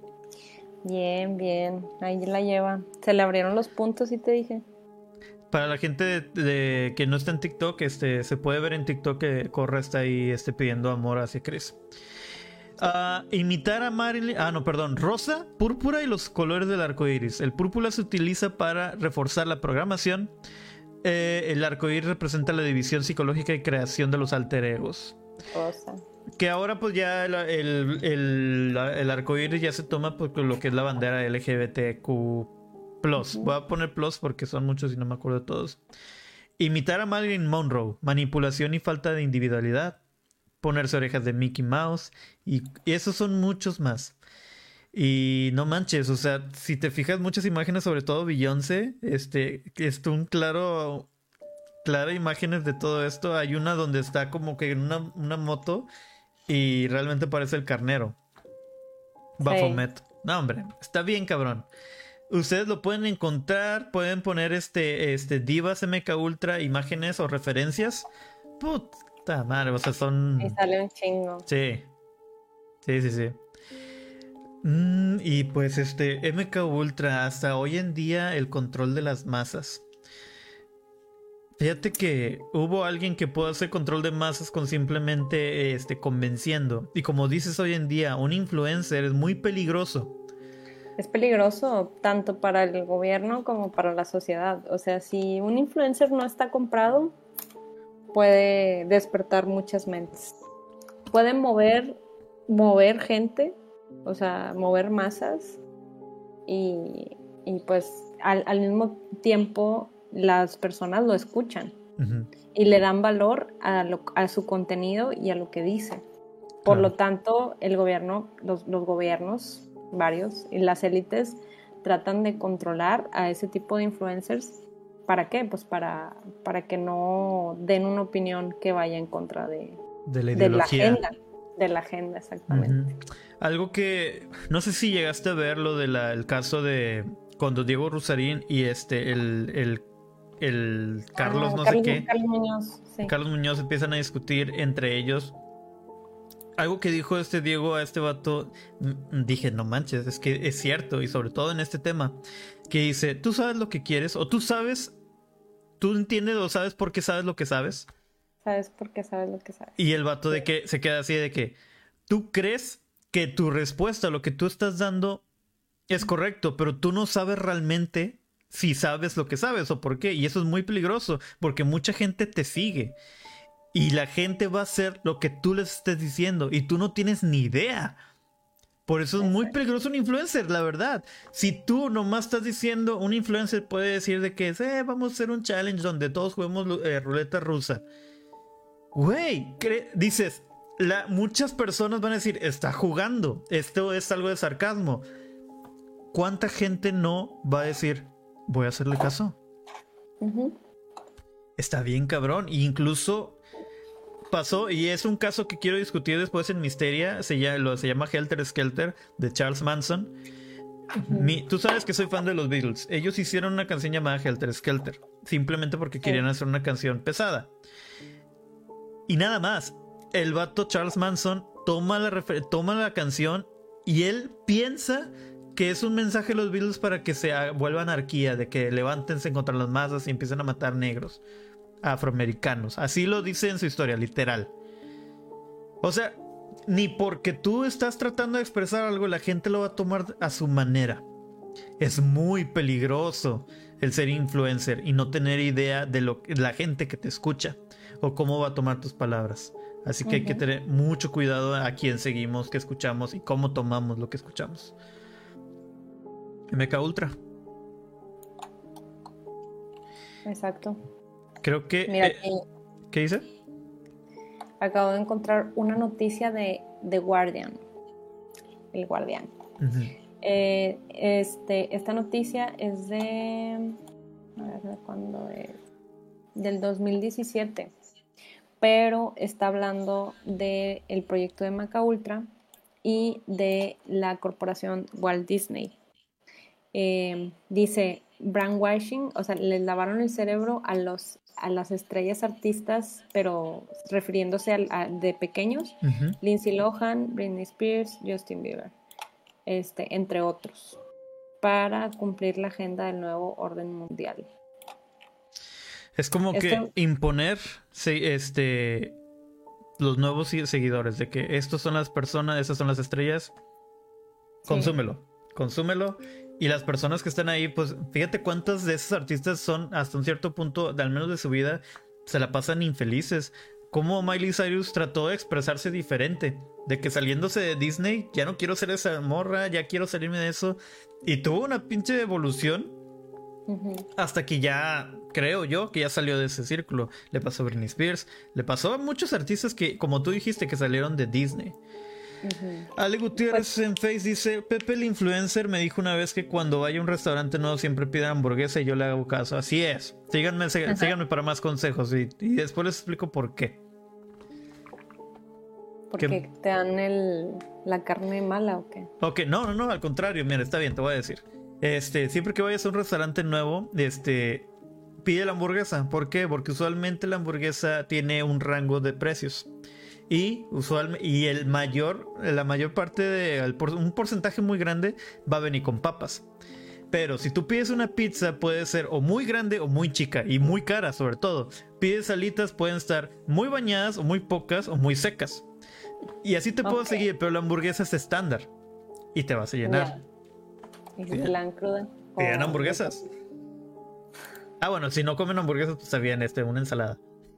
Bien, bien. Ahí la lleva. Se le abrieron los puntos y te dije. Para la gente de, de, que no está en TikTok, este, se puede ver en TikTok que Corra está ahí este, pidiendo amor hacia Chris. Uh, imitar a Marilyn... Ah, no, perdón. Rosa, púrpura y los colores del arco iris. El púrpura se utiliza para reforzar la programación. Eh, el arco iris representa la división psicológica y creación de los alter egos. Rosa. Que ahora pues ya el, el, el, el arco iris ya se toma por lo que es la bandera L G B T Q plus. Uh-huh. Voy a poner plus porque son muchos y no me acuerdo de todos. Imitar a Marilyn Monroe. Manipulación y falta de individualidad. Ponerse orejas de Mickey Mouse. Y, y esos son muchos más. Y no manches, o sea, si te fijas muchas imágenes, sobre todo Beyoncé, este, es un claro, clara imágenes de todo esto. Hay una donde está como que en una, una moto y realmente parece el carnero. Baphomet. Sí. No, hombre, está bien cabrón. Ustedes lo pueden encontrar, pueden poner este, este Divas M K Ultra, imágenes o referencias. Puta madre, o sea, son... Y sale un chingo. Sí, sí, sí, sí. Mm, y pues este M K Ultra, hasta hoy en día el control de las masas. Fíjate que hubo alguien que pudo hacer control de masas con simplemente este, convenciendo. Y como dices hoy en día, un influencer es muy peligroso. Es peligroso tanto para el gobierno como para la sociedad. O sea, si un influencer no está comprado, puede despertar muchas mentes. Puede mover, mover gente, o sea, mover masas y, y pues al, al mismo tiempo las personas lo escuchan uh-huh. y le dan valor a, lo, a su contenido y a lo que dice. Por claro. lo tanto, el gobierno, los, los gobiernos, varios, y las élites tratan de controlar a ese tipo de influencers. ¿Para qué? Pues para, para que no den una opinión que vaya en contra de, de la ideología. De la agenda. De la agenda, exactamente. Uh-huh. Algo que, no sé si llegaste a ver lo del caso de cuando Diego Rusarín y este, el, el, el Carlos, ah, no Carlos, sé qué. Carlos Muñoz, sí. Carlos Muñoz empiezan a discutir entre ellos. Algo que dijo este Diego a este vato, dije, no manches, es que es cierto, y sobre todo en este tema, que dice, tú sabes lo que quieres, o tú sabes, tú entiendes o sabes por qué sabes lo que sabes. Sabes por qué sabes lo que sabes. Y el vato de que se queda así de que, tú crees que tu respuesta, lo que tú estás dando, es correcto, pero tú no sabes realmente si sabes lo que sabes o por qué, y eso es muy peligroso, porque mucha gente te sigue. Y la gente va a hacer lo que tú les estés diciendo. Y tú no tienes ni idea. Por eso es muy peligroso un influencer, la verdad. Si tú nomás estás diciendo, un influencer puede decir de que eh, vamos a hacer un challenge donde todos juguemos eh, ruleta rusa. Güey, dices, la, muchas personas van a decir, está jugando. Esto es algo de sarcasmo. ¿Cuánta gente no va a decir, voy a hacerle caso? Uh-huh. Está bien cabrón. E incluso pasó, y es un caso que quiero discutir después en Misteria, se llama, lo, se llama Helter Skelter, de Charles Manson. Uh-huh. Mi, tú sabes que soy fan de los Beatles. Ellos hicieron una canción llamada Helter Skelter, simplemente porque sí. querían hacer una canción pesada. Y nada más. El vato Charles Manson toma la, refer- toma la canción y él piensa que es un mensaje de los Beatles para que se vuelva anarquía, de que levántense contra las masas y empiecen a matar negros, afroamericanos. Así lo dice en su historia, literal. O sea, ni porque tú estás tratando de expresar algo, la gente lo va a tomar a su manera. Es muy peligroso el ser influencer y no tener idea de lo que la gente que te escucha o cómo va a tomar tus palabras. Así que uh-huh. hay que tener mucho cuidado a quién seguimos, qué escuchamos y cómo tomamos lo que escuchamos. M K Ultra. Exacto. Creo que... Mira, eh, ¿qué dice? Acabo de encontrar una noticia de The Guardian. El Guardián. Uh-huh. Eh, este, esta noticia es de... A ver, ¿de cuándo es? Del dos mil diecisiete. Pero está hablando del proyecto de M K Ultra y de la corporación Walt Disney. Eh, dice brainwashing, o sea, les lavaron el cerebro a los a las estrellas artistas, pero refiriéndose a, a, de pequeños, uh-huh. Lindsay Lohan, Britney Spears, Justin Bieber, este, entre otros, para cumplir la agenda del nuevo orden mundial. Es como Esto... que imponer este, los nuevos seguidores, de que estos son las personas, estas son las estrellas, consúmelo, sí. consúmelo. Y las personas que están ahí, pues fíjate cuántos de esos artistas son hasta un cierto punto, de, al menos de su vida, se la pasan infelices. Como Miley Cyrus trató de expresarse diferente, de que saliéndose de Disney, ya no quiero ser esa morra, ya quiero salirme de eso. Y tuvo una pinche evolución uh-huh. hasta que ya, creo yo, que ya salió de ese círculo. Le pasó a Britney Spears, le pasó a muchos artistas que, como tú dijiste, que salieron de Disney. Uh-huh. Ale Gutiérrez pues, en Face dice: Pepe el influencer me dijo una vez que cuando vaya a un restaurante nuevo siempre pida hamburguesa y yo le hago caso. Así es. Síganme, uh-huh. síganme para más consejos y, y después les explico por qué. ¿Porque ¿Qué? te dan el, la carne mala o qué? Ok, no, no, no, al contrario, mira, está bien, te voy a decir. Este, siempre que vayas a un restaurante nuevo, este, pide la hamburguesa. ¿Por qué? Porque usualmente la hamburguesa tiene un rango de precios. Y usualmente, y el mayor, la mayor parte de el por, un porcentaje muy grande va a venir con papas. Pero si tú pides una pizza, puede ser o muy grande o muy chica y muy cara, sobre todo. Pides alitas, pueden estar muy bañadas o muy pocas o muy secas. Y así te okay. puedo seguir, pero la hamburguesa es estándar y te vas a llenar. Yeah. ¿Y si te la dan cruda? ¿Te dan hamburguesas? Ah, bueno, si no comen hamburguesas, pues está bien, este, una ensalada.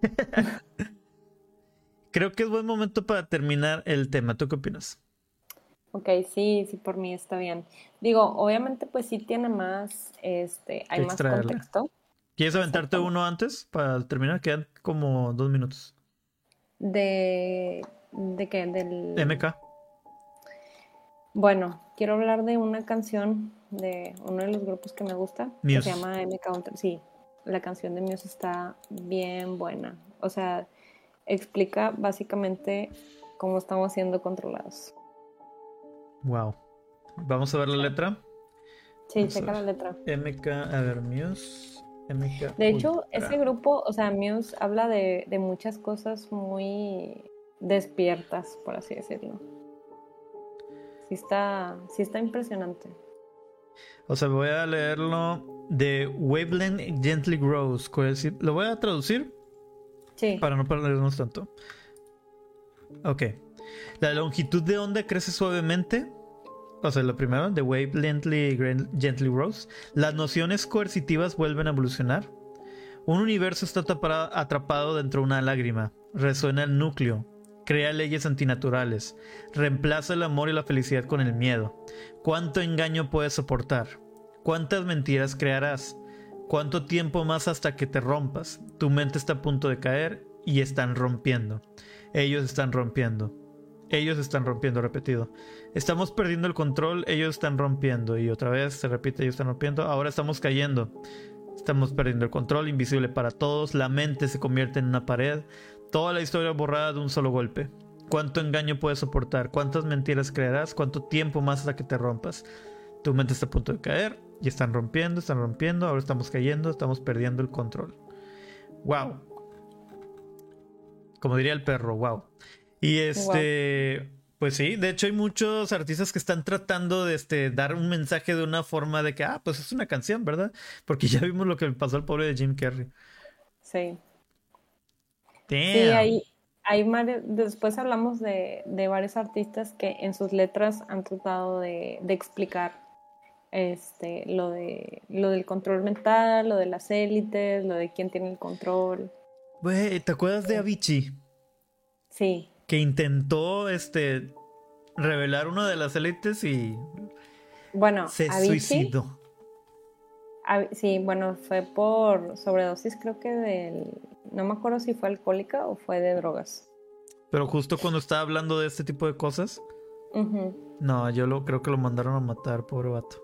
Creo que es buen momento para terminar el tema. ¿Tú qué opinas? Ok, sí, sí, por mí está bien. Digo, obviamente, pues sí tiene más, este, hay más contexto. ¿Quieres aventarte uno antes para terminar? Quedan como dos minutos. ¿De, de qué? Del... M K. Bueno, quiero hablar de una canción de uno de los grupos que me gusta, Muse. Que se llama M K Ultra. Sí, la canción de Muse está bien buena. O sea, explica básicamente cómo estamos siendo controlados. Wow. ¿Vamos a ver la letra? Sí, Vamos checa la letra. M K, a ver, Muse. M K de hecho, Ultra. Ese grupo, o sea, Muse habla de, de muchas cosas muy despiertas, por así decirlo. Sí está, sí está impresionante. O sea, voy a leerlo de Wavelength Gently Grows. ¿Lo voy a traducir? Sí. Para no perdernos tanto. Ok. La longitud de onda crece suavemente. O sea, lo primero, The Wavelength Gently Grows. Las nociones coercitivas vuelven a evolucionar. Un universo está atrapado dentro de una lágrima. Resuena el núcleo. Crea leyes antinaturales. Reemplaza el amor y la felicidad con el miedo. ¿Cuánto engaño puedes soportar? ¿Cuántas mentiras crearás? ¿Cuánto tiempo más hasta que te rompas? Tu mente está a punto de caer y están rompiendo. Ellos están rompiendo. Ellos están rompiendo, repetido. Estamos perdiendo el control, ellos están rompiendo. Y otra vez se repite, ellos están rompiendo. Ahora estamos cayendo. Estamos perdiendo el control, invisible para todos. La mente se convierte en una pared. Toda la historia borrada de un solo golpe. ¿Cuánto engaño puedes soportar? ¿Cuántas mentiras creerás? ¿Cuánto tiempo más hasta que te rompas? Tu mente está a punto de caer. Y están rompiendo, están rompiendo. Ahora estamos cayendo, estamos perdiendo el control. ¡Wow! Como diría el perro, wow. Y este... Wow. Pues sí, de hecho hay muchos artistas que están tratando de este, dar un mensaje de una forma de que, ah, pues es una canción, ¿verdad? Porque ya vimos lo que le pasó al pobre de Jim Carrey. Sí. Damn. Sí, hay, hay mar... después hablamos de, de varios artistas que en sus letras han tratado de, de explicar este, lo, de, lo del control mental, lo de las élites, lo de quién tiene el control. Güey, ¿te acuerdas de Avicii? Sí. Que intentó este revelar una de las élites y bueno, se Avicii, suicidó. Av- sí, bueno, fue por sobredosis, creo que del... no me acuerdo si fue alcohólica o fue de drogas. Pero justo cuando estaba hablando de este tipo de cosas, uh-huh. No, yo lo creo que lo mandaron a matar, pobre vato.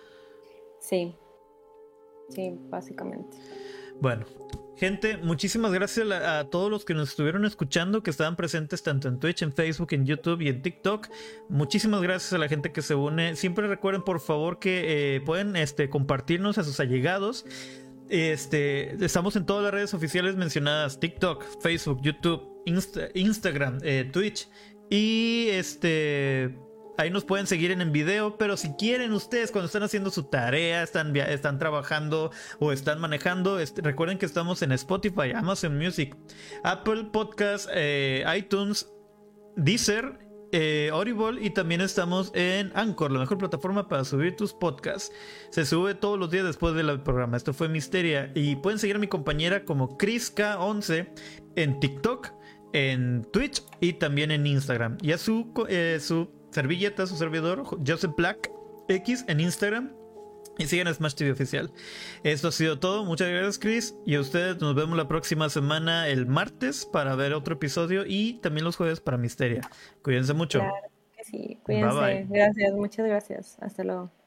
Sí, sí, básicamente. Bueno, gente, muchísimas gracias a, a todos los que nos estuvieron escuchando, que estaban presentes tanto en Twitch, en Facebook, en YouTube y en TikTok. Muchísimas gracias a la gente que se une. Siempre recuerden, por favor, que eh, pueden este, compartirnos a sus allegados. Este, estamos en todas las redes oficiales mencionadas: TikTok, Facebook, YouTube, Insta, Instagram, eh, Twitch. Y este... ahí nos pueden seguir en el video, pero si quieren ustedes cuando están haciendo su tarea, están, están trabajando o están manejando, este, recuerden que estamos en Spotify, Amazon Music, Apple Podcast, eh, iTunes, Deezer, eh, Audible, y también estamos en Anchor, la mejor plataforma para subir tus podcasts. Se sube todos los días después del programa. Esto fue Misteria, y pueden seguir a mi compañera como Chris K once en TikTok, en Twitch y también en Instagram, y a su, eh, su servilleta, su servidor, Joseph Black X en Instagram, y sigan a Smash T V Oficial. Esto ha sido todo, muchas gracias, Chris, y a ustedes nos vemos la próxima semana el martes para ver otro episodio, y también los jueves para Misteria. Cuídense mucho. Claro que sí, cuídense. Bye, bye. Gracias, muchas gracias. Hasta luego.